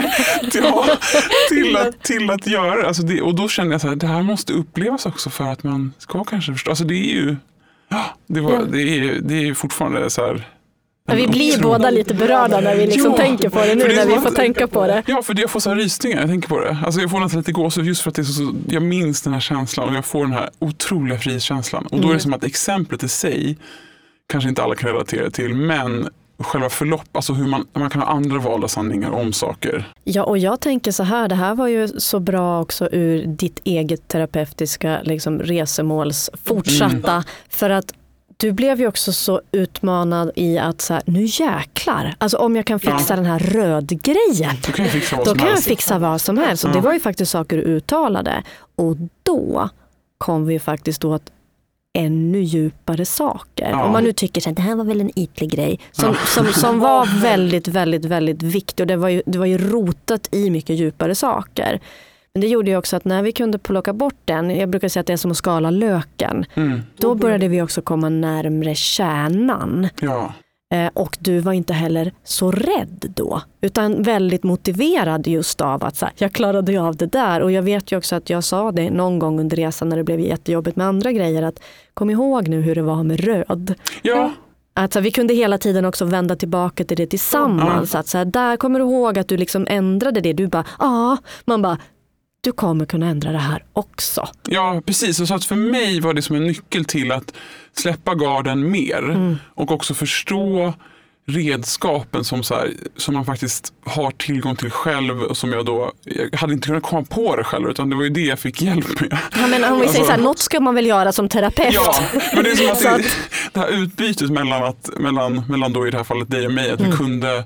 ja, till att, till att göra. Alltså det, och då kände jag så här, det här måste upplevas också för att man ska kanske förstå. Alltså det är ju, ja, det, var, ja. det, är, det är fortfarande så här. Ja, vi blir otro... båda lite berörda när vi liksom ja, tänker på det nu, det när vi får att, tänka på det. Ja, för jag får så här rysningar, jag tänker på det. Alltså jag får nästan lite gåshud just för att det är så, jag minns den här känslan och jag får den här otroliga frihetskänslan. Och då är det som att exemplet i sig kanske inte alla kan relatera till, men själva förlopp, alltså hur man, man kan ha andra valda sanningar om saker. Ja, och jag tänker så här, det här var ju så bra också ur ditt eget terapeutiska liksom, resemåls fortsatta, mm. för att du blev ju också så utmanad i att så här, nu jäklar, alltså om jag kan fixa ja. den här rödgrejen, då kan jag fixa vad då som kan helst. jag fixa vad som helst. Och ja. det var ju faktiskt saker du uttalade. Och då kom vi ju faktiskt då att ännu djupare saker. Ja. Om man nu tycker att det här var väl en ytlig grej som, ja. som, som var väldigt, väldigt, väldigt viktig. Och det var, ju, det var ju rotat i mycket djupare saker. Men det gjorde ju också att när vi kunde plocka bort den, jag brukar säga att det är som att skala löken, mm. då började vi också komma närmare kärnan. Ja. Eh, och du var inte heller så rädd då, utan väldigt motiverad just av att så här, jag klarade ju av det där. Och jag vet ju också att jag sa det någon gång under resan när det blev jättejobbigt med andra grejer, att kom ihåg nu hur det var med röd. Ja. Att så här, vi kunde hela tiden också vända tillbaka till det tillsammans. Mm. Att så här, där kommer du ihåg att du liksom ändrade det. Du bara, ja, man bara, du kommer kunna ändra det här också. Ja, precis. Och så att för mig var det som en nyckel till att släppa garden mer. Mm. Och också förstå redskapen som, så här, som man faktiskt har tillgång till själv. Och som jag då, jag hade inte kunnat komma på det själv, utan det var ju det jag fick hjälp med. Ja, men om vi alltså, säger så här, något ska man väl göra som terapeut. Ja, men det är som att, det, att... det här utbytet mellan, att, mellan, mellan då i det här fallet dig och mig, att mm. vi kunde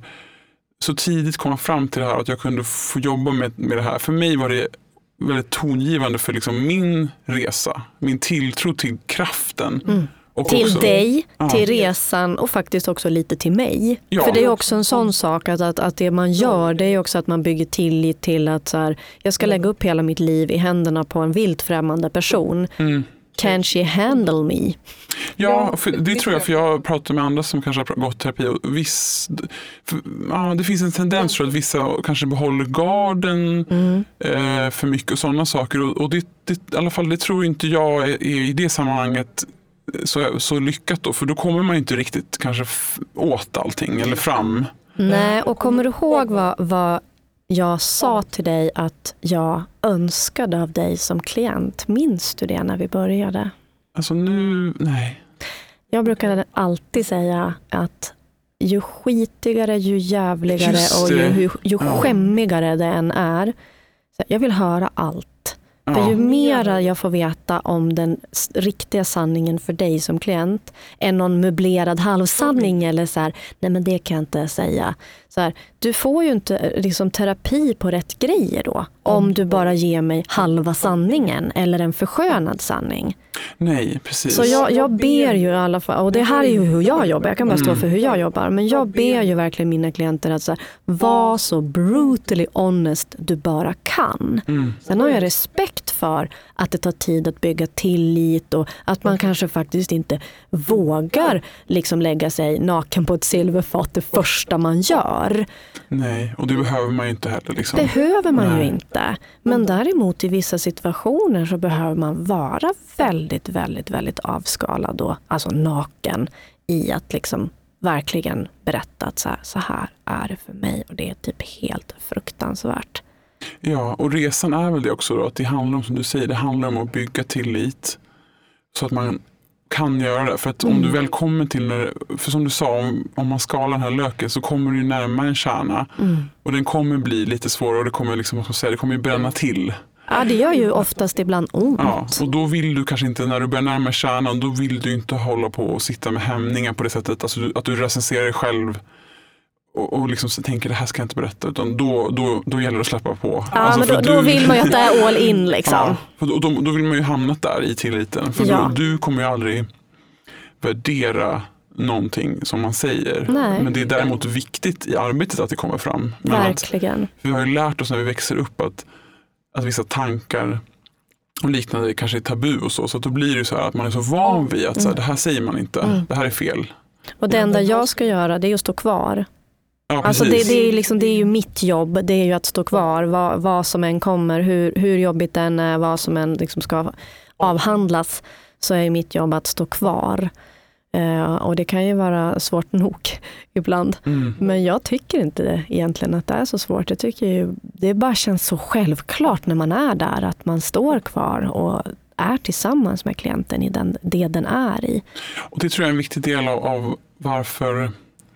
så tidigt komma fram till det här, att jag kunde få jobba med, med det här. För mig var det väldigt tongivande för liksom min resa, min tilltro till kraften. Mm. Och till också, dig, ja. till resan och faktiskt också lite till mig. Ja. För det är också en sån sak att, att, att det man gör, det är också att man bygger tillit till att så här, jag ska lägga upp hela mitt liv i händerna på en vilt främmande person. Mm. Can she handle me? Ja, för det tror jag, för jag pratar med andra som kanske har gått terapi och viss, för, ja, det finns en tendens för att vissa kanske behåller garden mm. eh, för mycket och sådana saker, och, och det, det, i alla fall det tror inte jag är, är i det sammanhanget så, så lyckat då, för då kommer man inte riktigt kanske f- åt allting eller fram. Nej, och kommer du ihåg vad, vad jag sa till dig att jag önskade av dig som klient. Minns du det när vi började? Alltså nu, nej. Jag brukade alltid säga att ju skitigare, ju jävligare och ju, ju, ju skämmigare det än är. Så jag vill höra allt. Ja. För ju mer jag får veta om den riktiga sanningen för dig som klient än någon möblerad halvsanning eller så här, nej men det kan jag inte säga. Så här, du får ju inte liksom terapi på rätt grejer då om du bara ger mig halva sanningen eller en förskönad sanning. Nej, precis. Så jag, jag ber ju i alla fall, och det här är ju hur jag jobbar, jag kan bara stå mm. för hur jag jobbar, men jag ber ju verkligen mina klienter att så här, vara så brutally honest du bara kan. Mm. Sen har jag respekt för att det tar tid att bygga tillit och att man kanske faktiskt inte vågar liksom lägga sig naken på ett silverfat det första man gör. Nej, och det behöver man ju inte heller. Liksom. Behöver man Nej. ju inte. Men däremot i vissa situationer så behöver man vara väldigt, väldigt, väldigt avskalad och alltså naken i att liksom verkligen berätta att så här, så här är det för mig och det är typ helt fruktansvärt. Ja, och resan är väl det också då, att det handlar om, som du säger, det handlar om att bygga tillit så att man kan göra det. För att mm. om du väl kommer till, när, för som du sa, om, om man skalar den här löken så kommer du närmare en kärna mm. och den kommer bli lite svårare och det kommer liksom, vad ska man säga, det kommer ju bränna till. Ja, det gör ju oftast ibland ont. Ja, och då vill du kanske inte, när du börjar närma kärnan, då vill du inte hålla på och sitta med hämningar på det sättet, alltså att du recenserar dig själv och, och liksom tänker det här ska jag inte berätta, utan då, då, då gäller det att släppa på. Ja, alltså, men då, du, då vill man ju att det är all in liksom. Ja, för då, då, då vill man ju hamna där i tilliten, för ja. då, du kommer ju aldrig värdera någonting som man säger. Nej. Men det är däremot viktigt i arbetet att det kommer fram. Men verkligen. Att, vi har ju lärt oss när vi växer upp att, att vissa tankar och liknande kanske är tabu och så. Så att då blir det så här att man är så van vid att så här, det här säger man inte. Mm. Det här är fel. Och det enda jag ska göra det är att stå kvar. Ja, alltså det, det, är liksom, det är ju mitt jobb. Det är ju att stå kvar. Vad, vad som än kommer. Hur, hur jobbigt den är. Vad som än liksom ska avhandlas. Så är mitt jobb att stå kvar. Uh, och det kan ju vara svårt nog ibland. Mm. Men jag tycker inte det, egentligen att det är så svårt. Jag tycker ju, det bara känns så självklart när man är där att man står kvar och är tillsammans med klienten i den, det den är i. Och det tror jag är en viktig del av, av varför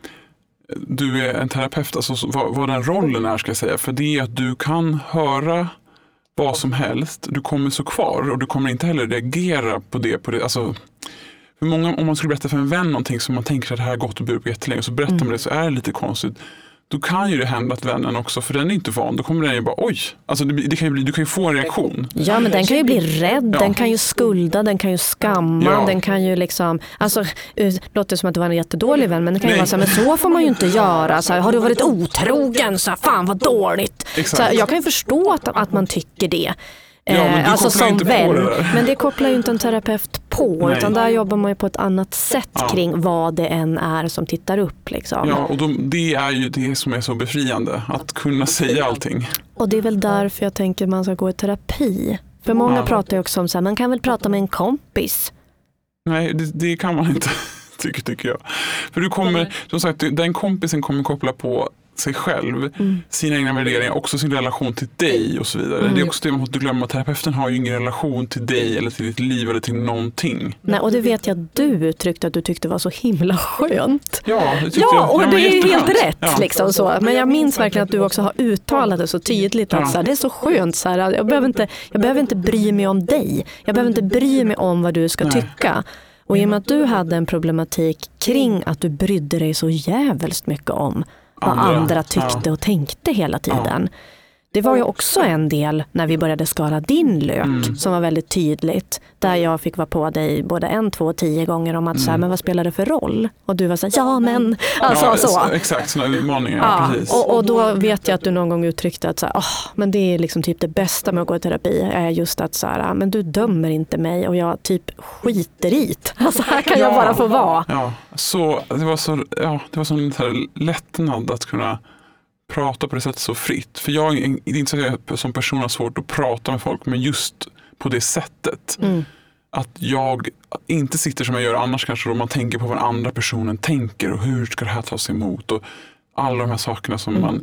du är en terapeut, alltså vad, vad den rollen är ska jag säga. För det är att du kan höra vad som helst, du kommer så kvar och du kommer inte heller reagera på det. På det alltså, för många, om man skulle berätta för en vän någonting som man tänker att det här har gått och burit på jättelänge, så berättar man mm. det så är det lite konstigt. Då kan ju det hända att vännen också, för den är inte van, då kommer den ju bara oj, alltså det, det kan ju bli, du kan ju få en reaktion. Ja, men den kan ju bli rädd, ja. den kan ju skulda, den kan ju skamma, ja. den kan ju liksom, alltså det låter som att det var en jättedålig vän, men det kan ju Nej. vara så här, men så får man ju inte göra, så här, har du varit otrogen, så här, fan vad dåligt. Så här, jag kan ju förstå att, att man tycker det. Ja, men du alltså som inte vän. På det där. Men det kopplar ju inte en terapeut på. Nej. Utan där jobbar man ju på ett annat sätt ja. kring vad det än är som tittar upp. Liksom. Ja, och de, det är ju det som är så befriande. Att kunna säga allting. Och det är väl därför jag tänker att man ska gå i terapi. För många ja. pratar ju också om så här, man kan väl prata med en kompis. Nej, det, det kan man inte, tycker, tycker jag. För du kommer, som sagt, den kompisen kommer koppla på sig själv, mm. sina egna värderingar, också sin relation till dig och så vidare. Mm. Det är också det man måste glömma, att terapeuten har ju ingen relation till dig eller till ditt liv eller till någonting. Nej, och det vet jag att du uttryckte att du tyckte var så himla skönt. Ja, det ja jag, och det, det är ju helt skönt. rätt. Ja. Liksom så. Men jag minns verkligen att du också har uttalat det så tydligt att ja. så här, det är så skönt. Så här, jag, behöver inte, jag behöver inte bry mig om dig. Jag behöver inte bry mig om vad du ska Nej. tycka. Och i och med att du hade en problematik kring att du brydde dig så jävligt mycket om vad andra, andra tyckte ja. och tänkte hela tiden. Ja. Det var ju också en del när vi började skala din lök mm. som var väldigt tydligt. Där jag fick vara på dig både en, två, tio gånger om att mm. så här, men vad spelar det för roll? Och du var så här, ja men, alltså ja, så. Exakt, sådana utmaningar. Ja, precis. Och, och då vet jag att du någon gång uttryckte att så här, oh, men det är liksom typ det bästa med att gå i terapi är just att så här, men du dömer inte mig och jag typ skiter i det. Alltså här kan ja, jag bara få vara. Ja, så det var så, ja, det var sån här lättnad att kunna prata på det sättet så fritt. För jag är inte så att jag som person har svårt att prata med folk, men just på det sättet. Mm. Att jag inte sitter som jag gör annars kanske, då man tänker på vad den andra personen tänker och hur ska det här tas emot och alla de här sakerna som mm. man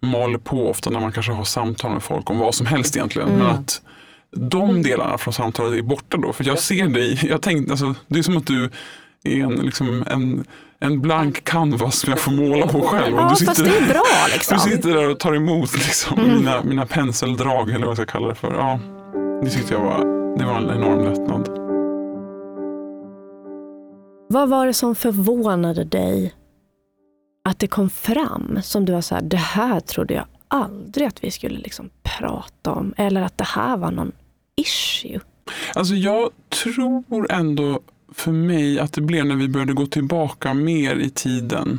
maler på ofta när man kanske har samtal med folk om vad som helst egentligen. Mm. Men att de delarna från samtalet är borta då. För jag ser dig, jag tänkte, alltså, det är som att du är en, liksom, en, en blank canvas som jag får måla på själv. Ja, och du sitter, fast det är bra liksom. Du sitter där och tar emot liksom, Mm. mina, mina penseldrag eller vad jag ska kalla det för. Ja, det tyckte jag var, det var en enorm lättnad. Vad var det som förvånade dig att det kom fram som du var så här, det här trodde jag aldrig att vi skulle liksom prata om, eller att det här var någon issue? Alltså jag tror ändå för mig att det blev när vi började gå tillbaka mer i tiden.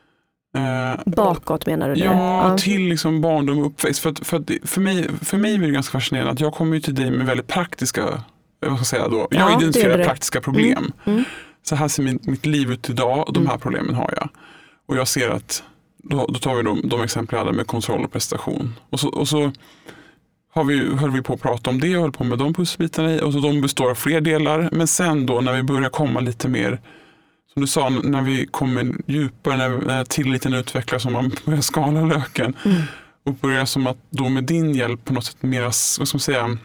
Eh, Bakåt menar du det? Ja, ja. till liksom barndom och uppväxt. För, att, för, att för, mig, för mig är det ganska fascinerande att jag kommer ju till dig med väldigt praktiska, vad ska jag säga då, jag Ja, identifierar det det. praktiska problem. Mm. Mm. Så här ser min, mitt liv ut idag och de här problemen har jag. Och jag ser att, då, då tar vi de, de exempel jag hade med kontroll och prestation. Och så, och så har vi, höll vi på att prata om det och höll på med de pusselbitarna i. Och så de består av fler delar. Men sen då när vi börjar komma lite mer, som du sa, när vi kommer djupare, när, när tilliten utvecklas, som man börjar skala löken. Mm. Och börjar som att då med din hjälp på något sätt mer, vad ska man säga,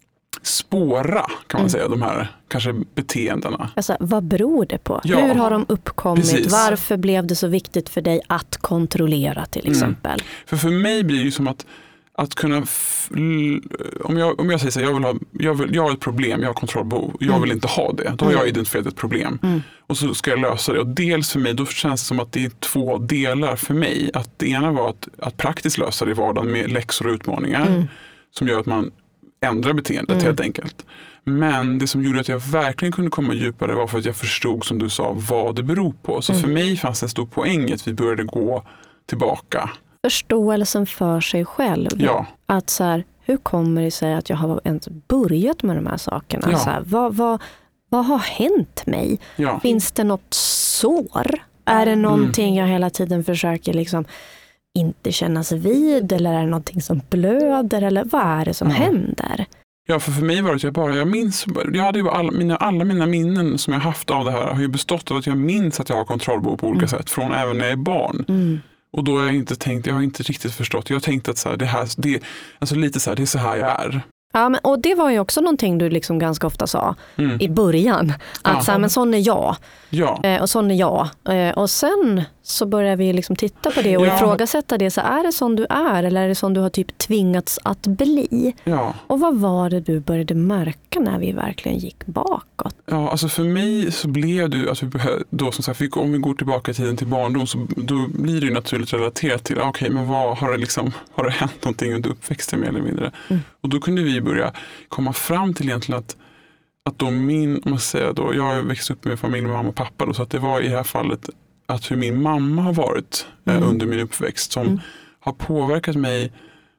spåra kan man Mm. säga, de här kanske beteendena. Alltså, vad beror det på? Ja, Hur har de uppkommit? precis. Varför blev det så viktigt för dig att kontrollera till exempel? För för mig blir det ju som att, att kunna, f- l- om, jag, om jag säger så här, jag, vill ha, jag, vill, jag har ett problem, jag har kontrollbehov, jag Mm. vill inte ha det. Då har Mm. jag identifierat ett problem. Mm. Och så ska jag lösa det. Och dels för mig, då känns det som att det är två delar för mig. Att det ena var att, att praktiskt lösa det i vardagen med läxor och utmaningar. Mm. Som gör att man ändrar beteendet Mm. helt enkelt. Men det som gjorde att jag verkligen kunde komma djupare var för att jag förstod, som du sa, vad det beror på. Så Mm. för mig fanns det en stor poäng att vi började gå tillbaka. Förståelsen för sig själv. Ja. Att så här, hur kommer det sig att jag har ens börjat med de här sakerna? Ja. Så här, vad, vad, vad har hänt mig? Ja. Finns det något sår? Är det någonting jag hela tiden försöker liksom inte kännas vid? Eller är det någonting som blöder? Eller vad är det som Ja. händer? Ja, för för mig var det att jag bara, jag minns, jag hade ju alla mina, alla mina minnen som jag haft av det här har ju bestått av att jag minns att jag har kontrollbehov på olika Mm. sätt, från även när jag är barn. Mm. Och då har jag inte tänkt, jag har inte riktigt förstått, jag har tänkt att så här, det här, det, alltså lite så här, det är så här jag är. Ja, men, och det var ju också någonting du liksom ganska ofta sa Mm. i början. Att Ja. så här, men sån är jag. Ja, Eh, och sån är jag. Eh, och sen så börjar vi liksom titta på det och Ja. ifrågasätta det. Så är det sån du är eller är det sån du har typ tvingats att bli? ja. Och vad var det du började märka när vi verkligen gick bakåt? Ja, alltså för mig så blev det ju att vi behö- då som sagt, om vi går tillbaka i tiden till barndom, så då blir det ju naturligt relaterat till, okej, okay, men vad har det liksom, har det hänt någonting under uppväxten mer eller mindre? Mm. Och då kunde vi börja komma fram till egentligen att, att då min, om man säger då, jag har växt upp med familj med mamma och pappa då, så att det var i det här fallet att hur min mamma har varit eh, Mm. under min uppväxt som Mm. har påverkat mig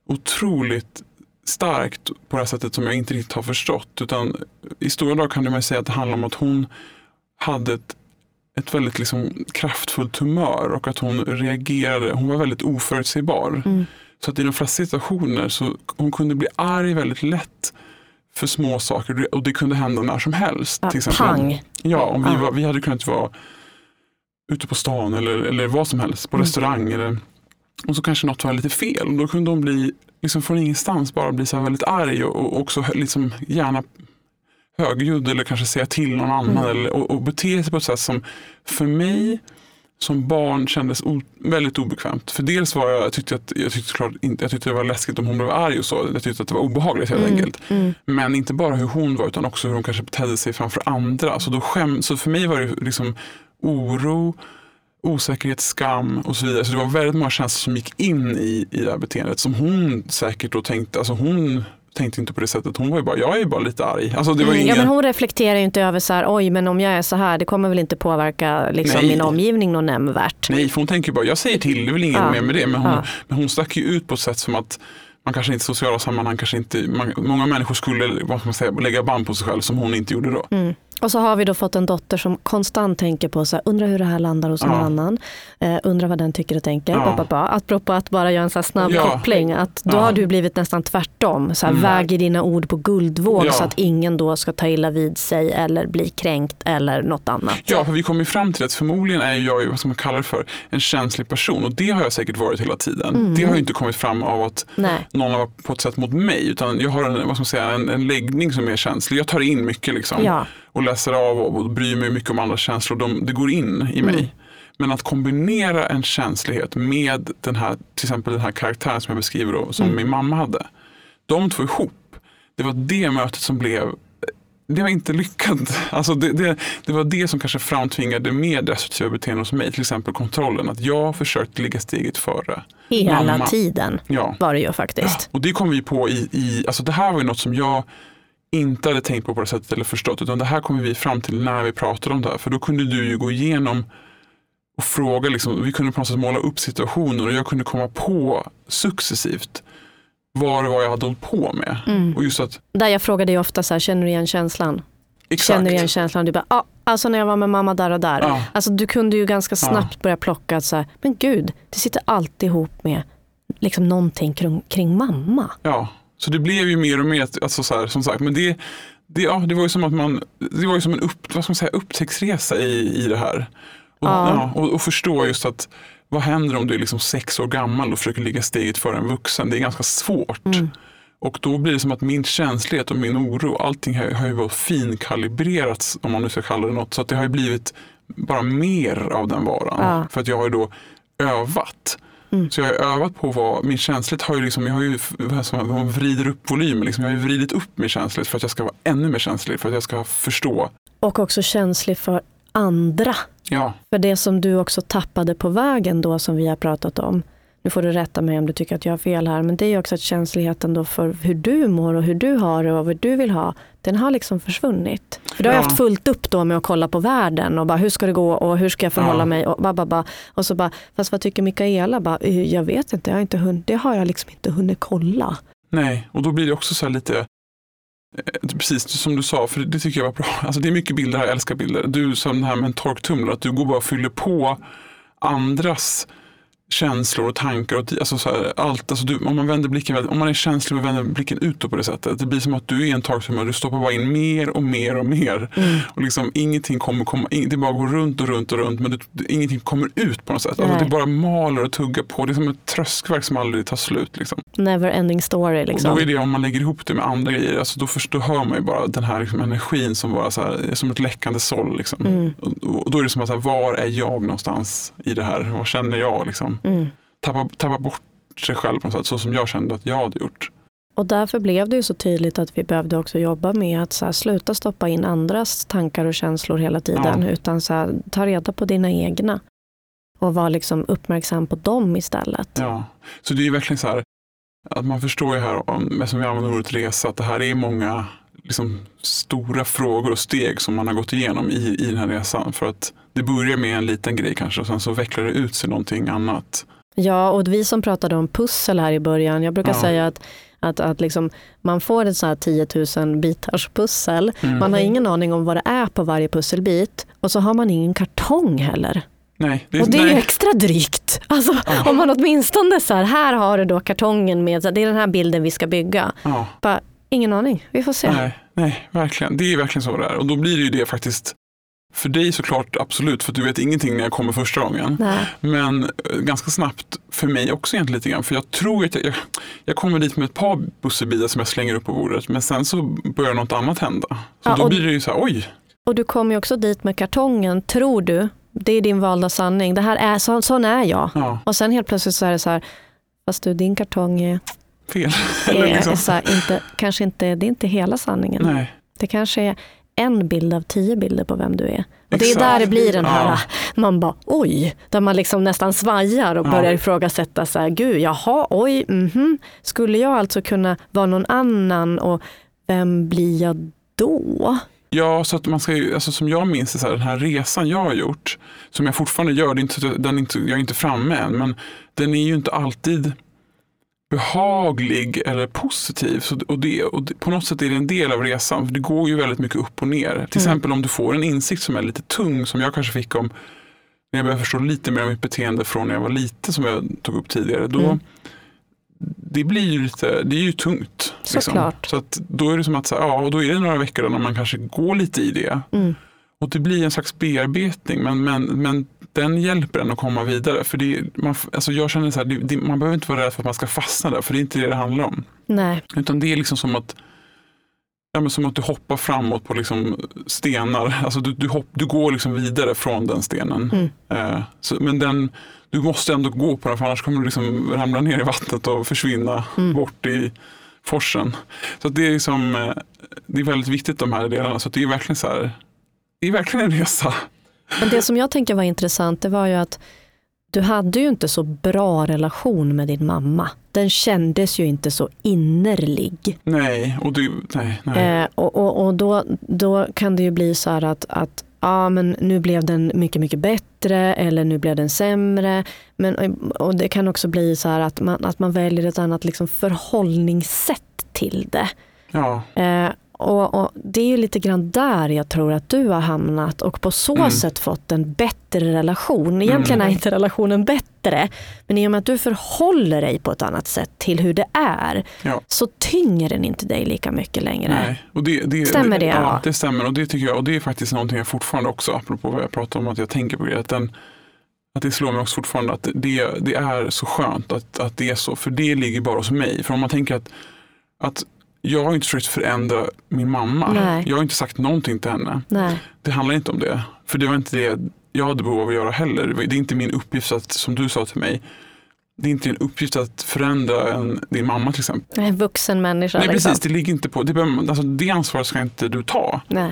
otroligt starkt på det här sättet som jag inte riktigt har förstått. Utan i stora drag kan man säga att det handlar om att hon hade ett, ett väldigt liksom kraftfullt humör och att hon reagerade, hon var väldigt oförutsägbar. Mm. Så att i de flesta situationer så hon kunde bli arg väldigt lätt för små saker och det kunde hända när som helst. Ja, till exempel. pang. Ja, om vi, Ja. var, vi hade kunnat vara ute på stan eller, eller vad som helst, på Mm. restaurang eller, och så kanske något var lite fel. Och då kunde hon bli liksom från ingenstans bara bli så här väldigt arg och, och också liksom gärna högljudd eller kanske säga till någon annan Mm. eller, och, och bete sig på ett sätt som för mig som barn kändes o, väldigt obekvämt. För dels var jag, jag tyckte att jag tyckte klart inte, jag tyckte det var läskigt om hon blev arg och så. Jag tyckte att det var obehagligt helt Mm. enkelt. Mm. Men inte bara hur hon var utan också hur hon kanske betedde sig framför andra. Så, då skäm, så för mig var det liksom oro, osäkerhet, skam och så vidare. Så det var väldigt många känslor som gick in i, i det här beteendet som hon säkert då tänkte, alltså hon tänkte inte på det sättet. Hon var ju bara, jag är ju bara lite arg. Alltså det var Mm, ingen... ja, men hon reflekterar ju inte över så här, oj men om jag är så här, det kommer väl inte påverka liksom, Nej. min omgivning någon nämnvärt. Nej, för hon tänker bara, jag säger till, det är väl ingen Ja. mer med det. Men hon, Ja. men hon stack ju ut på ett sätt som att man kanske inte i sociala sammanhang, kanske inte, man, många människor skulle vad ska man säga, lägga band på sig själv som hon inte gjorde då. Mm. Och så har vi då fått en dotter som konstant tänker på så här, undrar hur det här landar hos ja. någon annan. Eh, undrar vad den tycker och tänker. Ja. Ba, ba, ba. Apropå att bara göra en så här snabb ja. koppling. Att då ja. har du blivit nästan tvärtom. Så här, mm. väger dina ord på guldvåg ja. så att ingen då ska ta illa vid sig eller bli kränkt eller något annat. Ja, för vi kommer fram till att förmodligen är jag ju vad som man kallar för en känslig person. Och det har jag säkert varit hela tiden. Mm. Det har ju inte kommit fram av att Nej. någon har på ett sätt mot mig. Utan jag har en, vad ska man säga, en, en läggning som är känslig. Jag tar in mycket liksom. Ja. Och läser av och bryr mig mycket om andra känslor. De, det går in i mig. Mm. Men att kombinera en känslighet med den här, till exempel den här karaktären som jag beskriver då, som mm. min mamma hade. De två ihop. Det var det mötet som blev, det var inte lyckat. Alltså det, det, det var det som kanske framtvingade mer destruktiva beteenden hos mig. Till exempel kontrollen. Att jag försökte ligga steget före. Hela mamma. tiden ja. var det ju faktiskt. Ja. Och det kom vi på i, i, alltså det här var ju något som jag inte hade tänkt på på det sättet eller förstått, utan det här kommer vi fram till när vi pratade om det här, för då kunde du ju gå igenom och fråga, liksom, vi kunde på något sätt måla upp situationer och jag kunde komma på successivt vad det var jag hade hållit på med. Mm. Och just att, där jag frågade ju ofta så här, känner du igen känslan? Exakt. Känner du igen känslan? Du bara, ja, ah, alltså när jag var med mamma där och där. Ja. Alltså du kunde ju ganska snabbt ja. börja plocka så här, men gud, det sitter alltid ihop med liksom någonting kring, kring mamma. Ja. Så det blev ju mer och mer, alltså så här, som sagt, men det, det, ja, det var ju som att man, det var ju som en upp, vad ska man säga, upptäcktsresa i, i det här. Och, ja. Ja, och, och förstå just att, vad händer om du är liksom sex år gammal och försöker ligga steget för en vuxen? Det är ganska svårt. Mm. Och då blir det som att min känslighet och min oro, allting har, har ju varit finkalibrerat, om man nu ska kalla det något. Så att det har ju blivit bara mer av den varan. Ja. För att jag har ju då övat. Mm. Så jag har övat på vad min känslighet har ju liksom, jag har ju man vrider upp volymen liksom, jag har ju vridit upp min känslighet för att jag ska vara ännu mer känslig, för att jag ska förstå. Och också känslig för andra. Ja. För det som du också tappade på vägen då, som vi har pratat om. Nu får du rätta mig om du tycker att jag har fel här, men det är ju också att känsligheten då för hur du mår och hur du har det och vad du vill ha, den har liksom försvunnit. För du har ja. haft fullt upp då med att kolla på världen och bara, hur ska det gå och hur ska jag förhålla ja. mig och, ba, ba, ba. Och så bara, fast vad tycker Mikaela? Bara, jag vet inte, jag har inte hunnit, det har jag liksom inte hunnit kolla. Nej, och då blir det också så här lite, precis som du sa, för det tycker jag var bra. Alltså det är mycket bilder här, jag älskar bilder. Du sa den här med en torktumlare, att du går bara och fyller på andras känslor och tankar och alltså så här, allt, alltså du, om man vänder blicken, om man är känslig och vänder blicken utåt på det sättet, det blir som att du är en torktumlare, du stoppar bara in mer och mer och mer mm. och liksom ingenting kommer komma in, det bara går runt och runt och runt, men det, ingenting kommer ut på något sätt, alltså, det bara maler och tuggar på, det är som ett tröskverk som aldrig tar slut liksom. Never ending story liksom. Och då är det, om man lägger ihop det med andra grejer, alltså då, först, då hör man ju bara den här liksom, energin som bara så här, som ett läckande såll liksom. Mm. och, och då är det som att så här, var är jag någonstans i det här, vad känner jag liksom. Mm. Tappa, tappa bort sig själv på något sätt, så som jag kände att jag hade gjort. Och därför blev det ju så tydligt att vi behövde också jobba med att så här, sluta stoppa in andras tankar och känslor hela tiden, ja. utan så här, ta reda på dina egna och vara liksom uppmärksam på dem istället. Ja, så det är ju verkligen så här att man förstår ju här, om, som vi använder ordet resa, att det här är många liksom, stora frågor och steg som man har gått igenom i, i den här resan, för att det börjar med en liten grej kanske och sen så vecklar det ut sig någonting annat. Ja, och vi som pratade om pussel här i början, jag brukar ja. säga att, att, att liksom, man får ett så här tio tusen bitars pussel. Mm. Man har ingen aning om vad det är på varje pusselbit och så har man ingen kartong heller. Nej, det är, och det är nej. ju extra drygt. Alltså, ja. om man åtminstone så här, här har du då kartongen med, så det är den här bilden vi ska bygga. Ja. Bara, ingen aning, vi får se. Nej, nej, verkligen. Det är verkligen så det är. Och då blir det ju det faktiskt. För dig såklart absolut, för du vet ingenting när jag kommer första gången. Nej. Men ganska snabbt för mig också egentligen lite grann. För jag tror att jag, jag, jag kommer dit med ett par pusselbitar som jag slänger upp på bordet. Men sen så börjar något annat hända. Så ja, då blir det ju så här, oj. Och du kommer ju också dit med kartongen, tror du. Det är din valda sanning. Det här är, så, sån är jag. Ja. Och sen helt plötsligt så är det så här, fast du, din kartong är... Fel. är, liksom. så här, inte, kanske inte, det är inte hela sanningen. Nej. Det kanske är en bild av tio bilder på vem du är. Och exakt. Det är där det blir den här, ja. man bara, oj, där man liksom nästan svajar och ja. börjar ifrågasätta så här, gud, jaha, oj, mhm. skulle jag alltså kunna vara någon annan och vem blir jag då? Ja, så att man ska ju, alltså som jag minns det, så här, den här resan jag har gjort, som jag fortfarande gör, det är inte, den är inte, jag är inte framme än, men den är ju inte alltid behaglig eller positiv. Så, och det, och det, på något sätt är det en del av resan. För det går ju väldigt mycket upp och ner. Till mm. exempel om du får en insikt som är lite tung, som jag kanske fick om när jag började förstå lite mer om mitt beteende från när jag var liten, som jag tog upp tidigare. Då, mm. det blir ju lite, det är ju tungt. Liksom. Så att då är det som att, ja, och då är det några veckor när man kanske går lite i det. Mm. Och det blir en slags bearbetning, men, men, men den hjälper en att komma vidare. För det, man, alltså jag känner så här, det, det, man behöver inte vara rädd för att man ska fastna där, för det är inte det det handlar om. Nej. Utan det är liksom som att, ja, men som att du hoppar framåt på liksom stenar. Alltså du, du, hopp, du går liksom vidare från den stenen. Mm. Eh, så, men den, du måste ändå gå på den, för annars kommer du liksom ramla ner i vattnet och försvinna mm. bort i forsen. Så det är, liksom, det är väldigt viktigt, de här delarna. Så det är verkligen så här, det är verkligen en resa. Men det som jag tänker var intressant, det var ju att du hade ju inte så bra relation med din mamma. Den kändes ju inte så innerlig. Nej, och, du, nej, nej. Eh, och, och, och då, då kan det ju bli så här att, att ja, men nu blev den mycket, mycket bättre, eller nu blev den sämre. Men, och det kan också bli så här att man, att man väljer ett annat liksom förhållningssätt till det. Ja. Eh, Och, och det är ju lite grann där jag tror att du har hamnat, och på så mm. sätt fått en bättre relation. Egentligen mm. är inte relationen bättre, men i och med att du förhåller dig på ett annat sätt till hur det är, ja. så tynger den inte dig lika mycket längre. Nej. Och det, det, stämmer det? det ja, ja, det stämmer, och det tycker jag, och det är faktiskt någonting jag fortfarande också, apropå vad jag pratar om, att jag tänker på det, att, den, att det slår mig också fortfarande att det, det är så skönt att, att det är så, för det ligger bara hos mig. För om man tänker att, att jag har inte försökt förändra min mamma. Nej. Jag har inte sagt någonting till henne. Nej. Det handlar inte om det. För det var inte det jag hade behov av att göra heller. Det är inte min uppgift att, som du sa till mig, det är inte din uppgift att förändra en, din mamma till exempel. En vuxen människa. Nej, liksom. Precis. Det ligger inte på, det, alltså, det ansvaret ska inte du ta. Nej.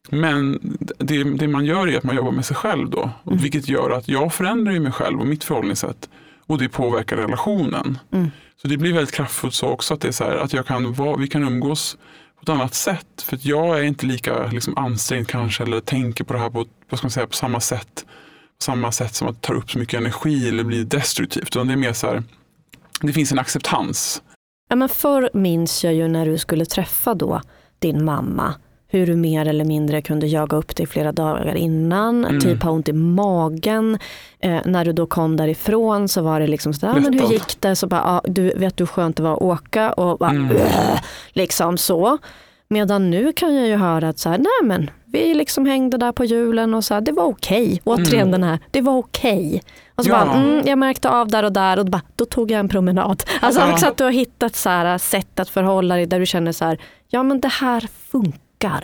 Men det, det man gör är att man jobbar med sig själv då. Mm. Vilket gör att jag förändrar ju mig själv och mitt förhållningssätt. Och det påverkar relationen. Mm. Så det blir väldigt kraftfullt så också, att det är så här, att jag kan vara, vi kan umgås på ett annat sätt. För att jag är inte lika liksom, ansträngd kanske, eller tänker på det här på, vad ska man säga, på samma sätt. På samma sätt som att det tar upp så mycket energi eller blir destruktivt. Utan det är mer så här, det finns en acceptans. Ja, men förr minns jag ju när du skulle träffa då din mamma, hur du mer eller mindre kunde jaga upp dig flera dagar innan, mm. typ ha ont i magen. Eh, när du då kom därifrån så var det liksom så där, men hur gick det? Så bara, ah, du vet hur skönt det var att åka, och bara, mm. äh, liksom så. Medan nu kan jag ju höra att så här, nej men vi liksom hängde där på julen och så här, det var okej. Återigen mm. den här, det var okej. Och så ja. bara, mm, jag märkte av där och där, och bara, då tog jag en promenad. Alltså ja. också att du har hittat så här sätt att förhålla dig där du känner så här, ja men det här funkar.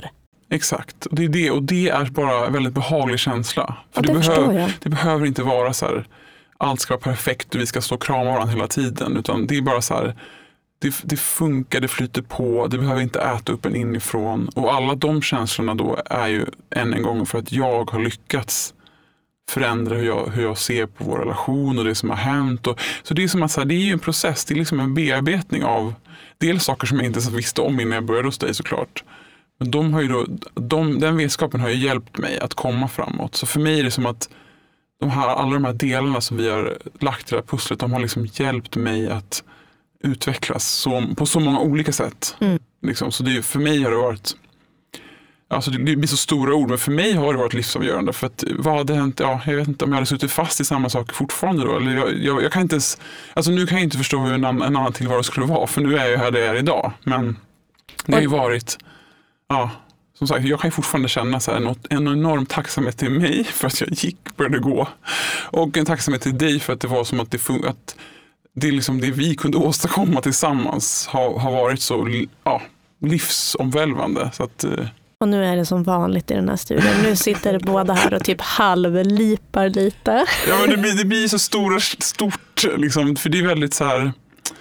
Exakt, och det är det, och det är bara en väldigt behaglig känsla. För ja, det, det, behöver, jag. det behöver inte vara så här, allt ska vara perfekt och vi ska stå och krama varandra hela tiden, utan det är bara så här, det, det funkar, det flyter på, det behöver inte äta upp en inifrån, och alla de känslorna då är ju än en gång för att jag har lyckats förändra hur jag, hur jag ser på vår relation och det som har hänt. Och, så det är som att så här, det är ju en process, det är liksom en bearbetning av dels saker som jag inte ens visste om innan jag började hos dig såklart. Men de har ju då, de, den vetskapen har ju hjälpt mig att komma framåt. Så för mig är det som att de här, alla de här delarna som vi har lagt i det här pusslet, de har liksom hjälpt mig att utvecklas så, på så många olika sätt. Mm. Liksom. Så det, för mig har det varit, alltså det blir så stora ord, men för mig har det varit livsavgörande. För att vad hade hänt, ja, jag vet inte om jag hade suttit fast i samma sak fortfarande då. Eller jag, jag, jag kan inte ens, alltså nu kan jag inte förstå hur en, en annan tillvaro skulle vara, för nu är jag här där jag är idag. Men det har ju varit, ja, som sagt, jag kan ju fortfarande känna så här, något, en enorm tacksamhet till mig för att jag gick, började gå. Och en tacksamhet till dig för att det var som att det, att det, liksom det vi kunde åstadkomma tillsammans har, har varit så, ja, livsomvälvande. Så att, och nu är det som vanligt i den här studien. Nu sitter båda här och typ halvlipar lite. Ja, men det blir, det blir så stora, stort, liksom, för det är väldigt så här,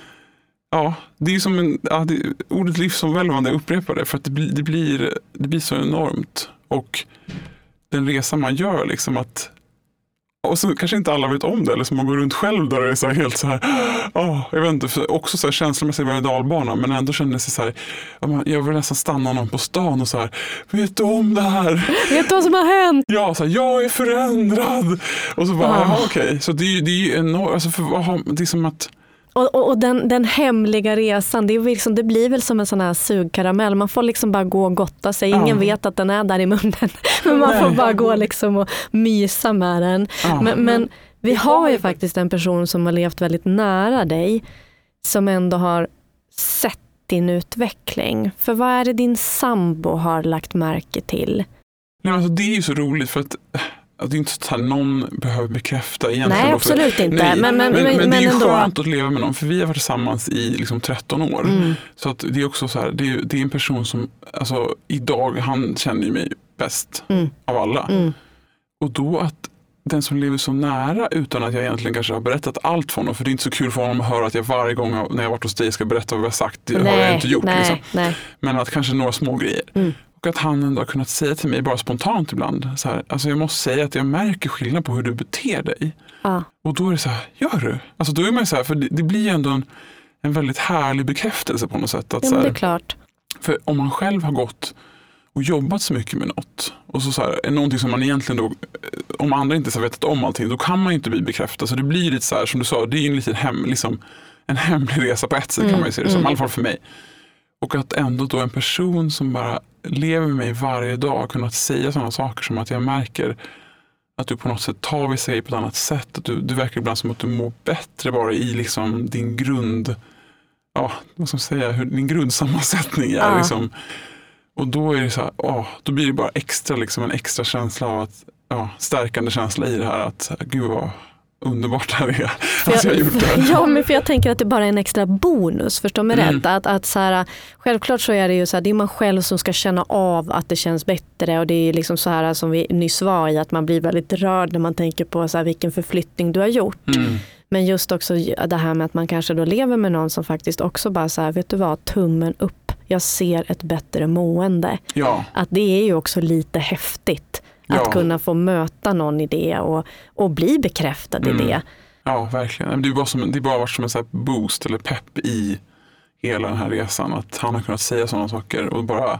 ja, det är som en, ja, det, ordet livsomvälvande, jag upprepar det, för att det blir, det blir, det blir så enormt. Och den resa man gör, liksom att, och så kanske inte alla vet om det, eller så man går runt själv där och är så här helt så här, oh, jag vet inte, för också så här känslomässigt var jag i dalbana, men ändå kände sig så här, jag vill nästan stanna någon på stan och så här, vet du om det här? Vet du vad som har hänt? Ja, så här, jag är förändrad. Och så bara, oh. okej, okay. Så det är ju det är enormt, alltså för, det är som att Och, och, och den, den hemliga resan, det, är liksom, det blir väl som en sån här sugkaramell. Man får liksom bara gå och gotta sig. Ingen ja. vet att den är där i munnen. Men man får bara gå liksom och mysa med den. Ja. Men, men vi har ju faktiskt en person som har levt väldigt nära dig. Som ändå har sett din utveckling. För vad är det din sambo har lagt märke till? Nej, alltså det är ju så roligt för att... Det är inte så att någon behöver bekräfta egentligen. Nej, absolut för, inte. Nej, men, men, men, men, men det är ju ändå. skönt att leva med någon. För vi har varit tillsammans i liksom tretton år. Mm. Så att det är också så här, det är, det är en person som, alltså idag, han känner ju mig bäst mm. av alla. Mm. Och då att den som lever så nära utan att jag egentligen kanske har berättat allt för honom. För det är inte så kul för honom att höra att jag varje gång när jag varit hos dig ska berätta vad jag har sagt. Det nej, har jag inte gjort. Nej, liksom. nej. Men att kanske några små grejer. Mm. Och att han ändå har kunnat säga till mig bara spontant ibland. Så här, alltså jag måste säga att jag märker skillnad på hur du beter dig. Ah. Och då är det så här, gör du? Alltså då är man så här, för det, det blir ändå en, en väldigt härlig bekräftelse på något sätt. Att, ja, så här, men det är klart. För om man själv har gått och jobbat så mycket med något. Och så, så här, är någonting som man egentligen då, om andra inte har vetat om allting, då kan man ju inte bli bekräftad. Så det blir lite så här, som du sa, det är en liten hem, liksom, en hemlig resa på ett sätt mm. kan man ju se det som, mm. i alla fall för mig. Och att ändå då en person som bara lever med mig varje dag har kunnat säga sådana saker som att jag märker att du på något sätt tar vissa grejer på ett annat sätt. Att du, du verkar ibland som att du mår bättre bara i liksom din grund, ja, vad ska man säga, hur din grundsammansättning är. Ja. Liksom. Och då är det så här, åh, då blir det bara extra, liksom en extra känsla av att, ja, stärkande känsla i det här att, gud vad underbart det här är att jag har gjort det här. Ja, men för jag tänker att det bara är en extra bonus, förstår mig mm. rätt. Att, att så här, självklart så är det ju så här, det är man själv som ska känna av att det känns bättre, och det är liksom så här som vi nyss var i, att man blir väldigt rörd när man tänker på så här, vilken förflyttning du har gjort. Mm. Men just också det här med att man kanske då lever med någon som faktiskt också bara så här, vet du vad, tummen upp, jag ser ett bättre mående. Ja. Att det är ju också lite häftigt. Att ja. kunna få möta någon i det och, och bli bekräftad mm. i det. Ja, verkligen. Det är bara, som, det är bara varit som en så här boost eller pepp i hela den här resan. Att han har kunnat säga sådana saker och bara,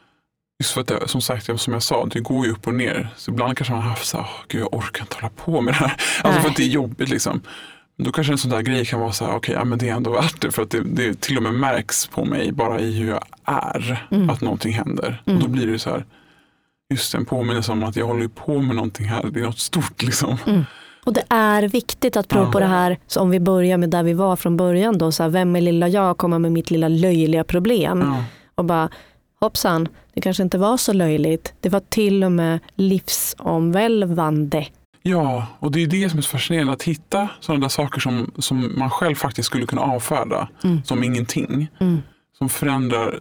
just för att det, som sagt, som jag sa, det går ju upp och ner. Så ibland kanske man har haft så här, gud jag orkar inte hålla på med det här. Alltså för att det är jobbigt liksom. Då kanske en sån där grej kan vara så här, okej, okay, ja, men det är ändå värt det. För att det, det till och med märks på mig bara i hur jag är, mm. att någonting händer. Mm. Och då blir det så här, just en påminnelse om att jag håller på med någonting här. Det är något stort liksom. Mm. Och det är viktigt att prova ja. på det här. Så om vi börjar med där vi var från början då. Så här, vem är lilla jag kommer med mitt lilla löjliga problem. Ja. Och bara, hoppsan, det kanske inte var så löjligt. Det var till och med livsomvälvande. Ja, och det är det som är så fascinerande. Att hitta sådana där saker som, som man själv faktiskt skulle kunna avfärda. Mm. Som ingenting. Mm. Som förändrar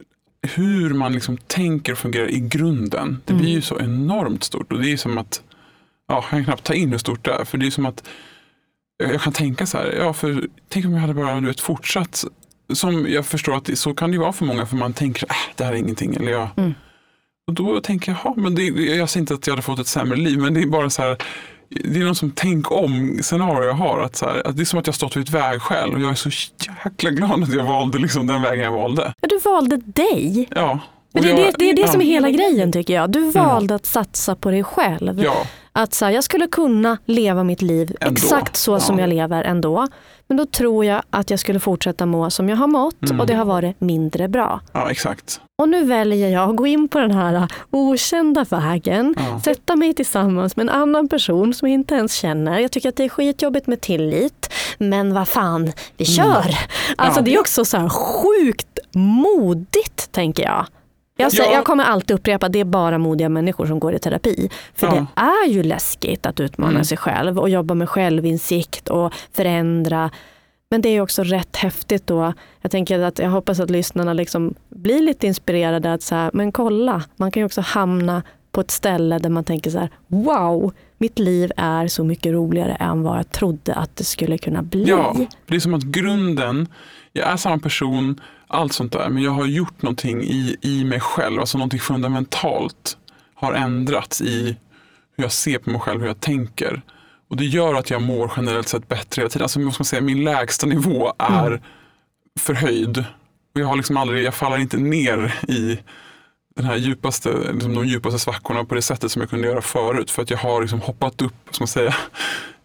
hur man liksom tänker och fungerar i grunden. Det blir ju så enormt stort. Och det är som att, ja, jag kan knappt ta in hur stort det är. För det är som att, jag kan tänka så här, ja, för tänk om jag hade bara, du vet, fortsatt. Som jag förstår att det, så kan det ju vara för många. För man tänker, äh, det här är ingenting. Eller jag, mm. Och då tänker jag, ja, men det, jag säger inte att jag hade fått ett sämre liv. Men det är bara så här, det är någon som tänk om scenario jag har. Att så här, att det är som att jag stått vid ett vägskäl. Och jag är så jäkla glad att jag valde liksom den vägen jag valde. Ja, du valde dig? Ja. Men det, jag, det, det är det ja. som är hela grejen, tycker jag. Du valde mm. att satsa på dig själv. Ja. Att så här, jag skulle kunna leva mitt liv ändå. Exakt så ja. som jag lever ändå. Men då tror jag att jag skulle fortsätta må som jag har mått. Mm. Och det har varit mindre bra. Ja, exakt. Och nu väljer jag att gå in på den här okända vägen. Ja. Sätta mig tillsammans med en annan person som jag inte ens känner. Jag tycker att det är skitjobbigt med tillit. Men vad fan, vi kör! Mm. Alltså ja. det är också så här sjukt modigt, tänker jag. Jag, säger, ja. jag kommer alltid upprepa, det är bara modiga människor som går i terapi. För ja. det är ju läskigt att utmana mm. sig själv och jobba med självinsikt och förändra. Men det är också rätt häftigt då. Jag tänker att jag hoppas att lyssnarna liksom blir lite inspirerade att så här, men kolla, man kan ju också hamna på ett ställe där man tänker så här, wow, mitt liv är så mycket roligare än vad jag trodde att det skulle kunna bli. Ja, det är som att grunden, jag är samma person, allt sånt där, men jag har gjort någonting i, i mig själv, alltså någonting fundamentalt har ändrats i hur jag ser på mig själv, hur jag tänker. Och det gör att jag mår generellt sett bättre hela tiden. Alltså måste man säga, min lägsta nivå är mm. förhöjd. Och jag har liksom aldrig, jag faller inte ner i den här djupaste, liksom de djupaste svackorna på det sättet som jag kunde göra förut. För att jag har liksom hoppat upp, som man säger,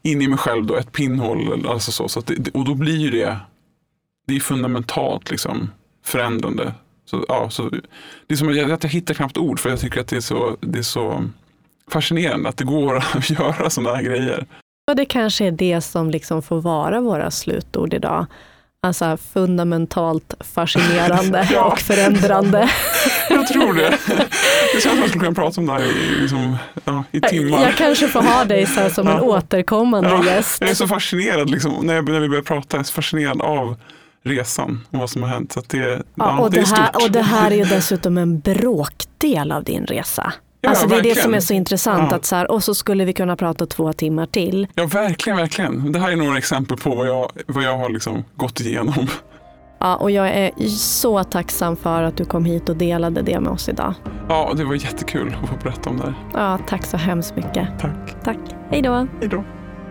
in i mig själv då, ett pinnhål. Alltså så, så att det, och då blir ju det, det är fundamentalt liksom förändrande. Så, ja, så, det är som att jag, att jag hittar knappt ord för jag tycker att det är så, det är så fascinerande att det går att göra sådana här grejer. Och det kanske är det som liksom får vara våra slutord idag. Alltså fundamentalt fascinerande ja. och förändrande. Jag tror det. Det känns som att jag skulle kunna prata om det här i, liksom, ja, i timmar. Jag kanske får ha dig så här som en ja. återkommande ja. gäst. Jag är så fascinerad liksom, när, jag, när vi börjar prata. Jag är så fascinerad av resan och vad som har hänt. Så att det, ja, ja, och, det, det är här, stort. och det här är ju dessutom en bråkdel av din resa. Ja, alltså det är verkligen. det som är så intressant ja. att så här, och så skulle vi kunna prata två timmar till. Ja, verkligen, verkligen. Det här är några exempel på vad jag, vad jag har liksom gått igenom. Ja, och jag är så tacksam för att du kom hit och delade det med oss idag. Ja, det var jättekul att få berätta om det här. Ja, tack så hemskt mycket. Tack. Tack. Hej då. Hej då.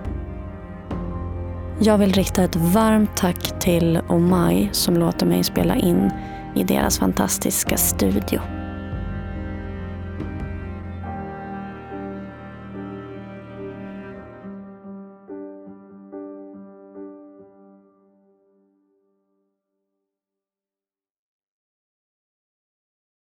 Jag vill rikta ett varmt tack till Omai som låter mig spela in i deras fantastiska studio.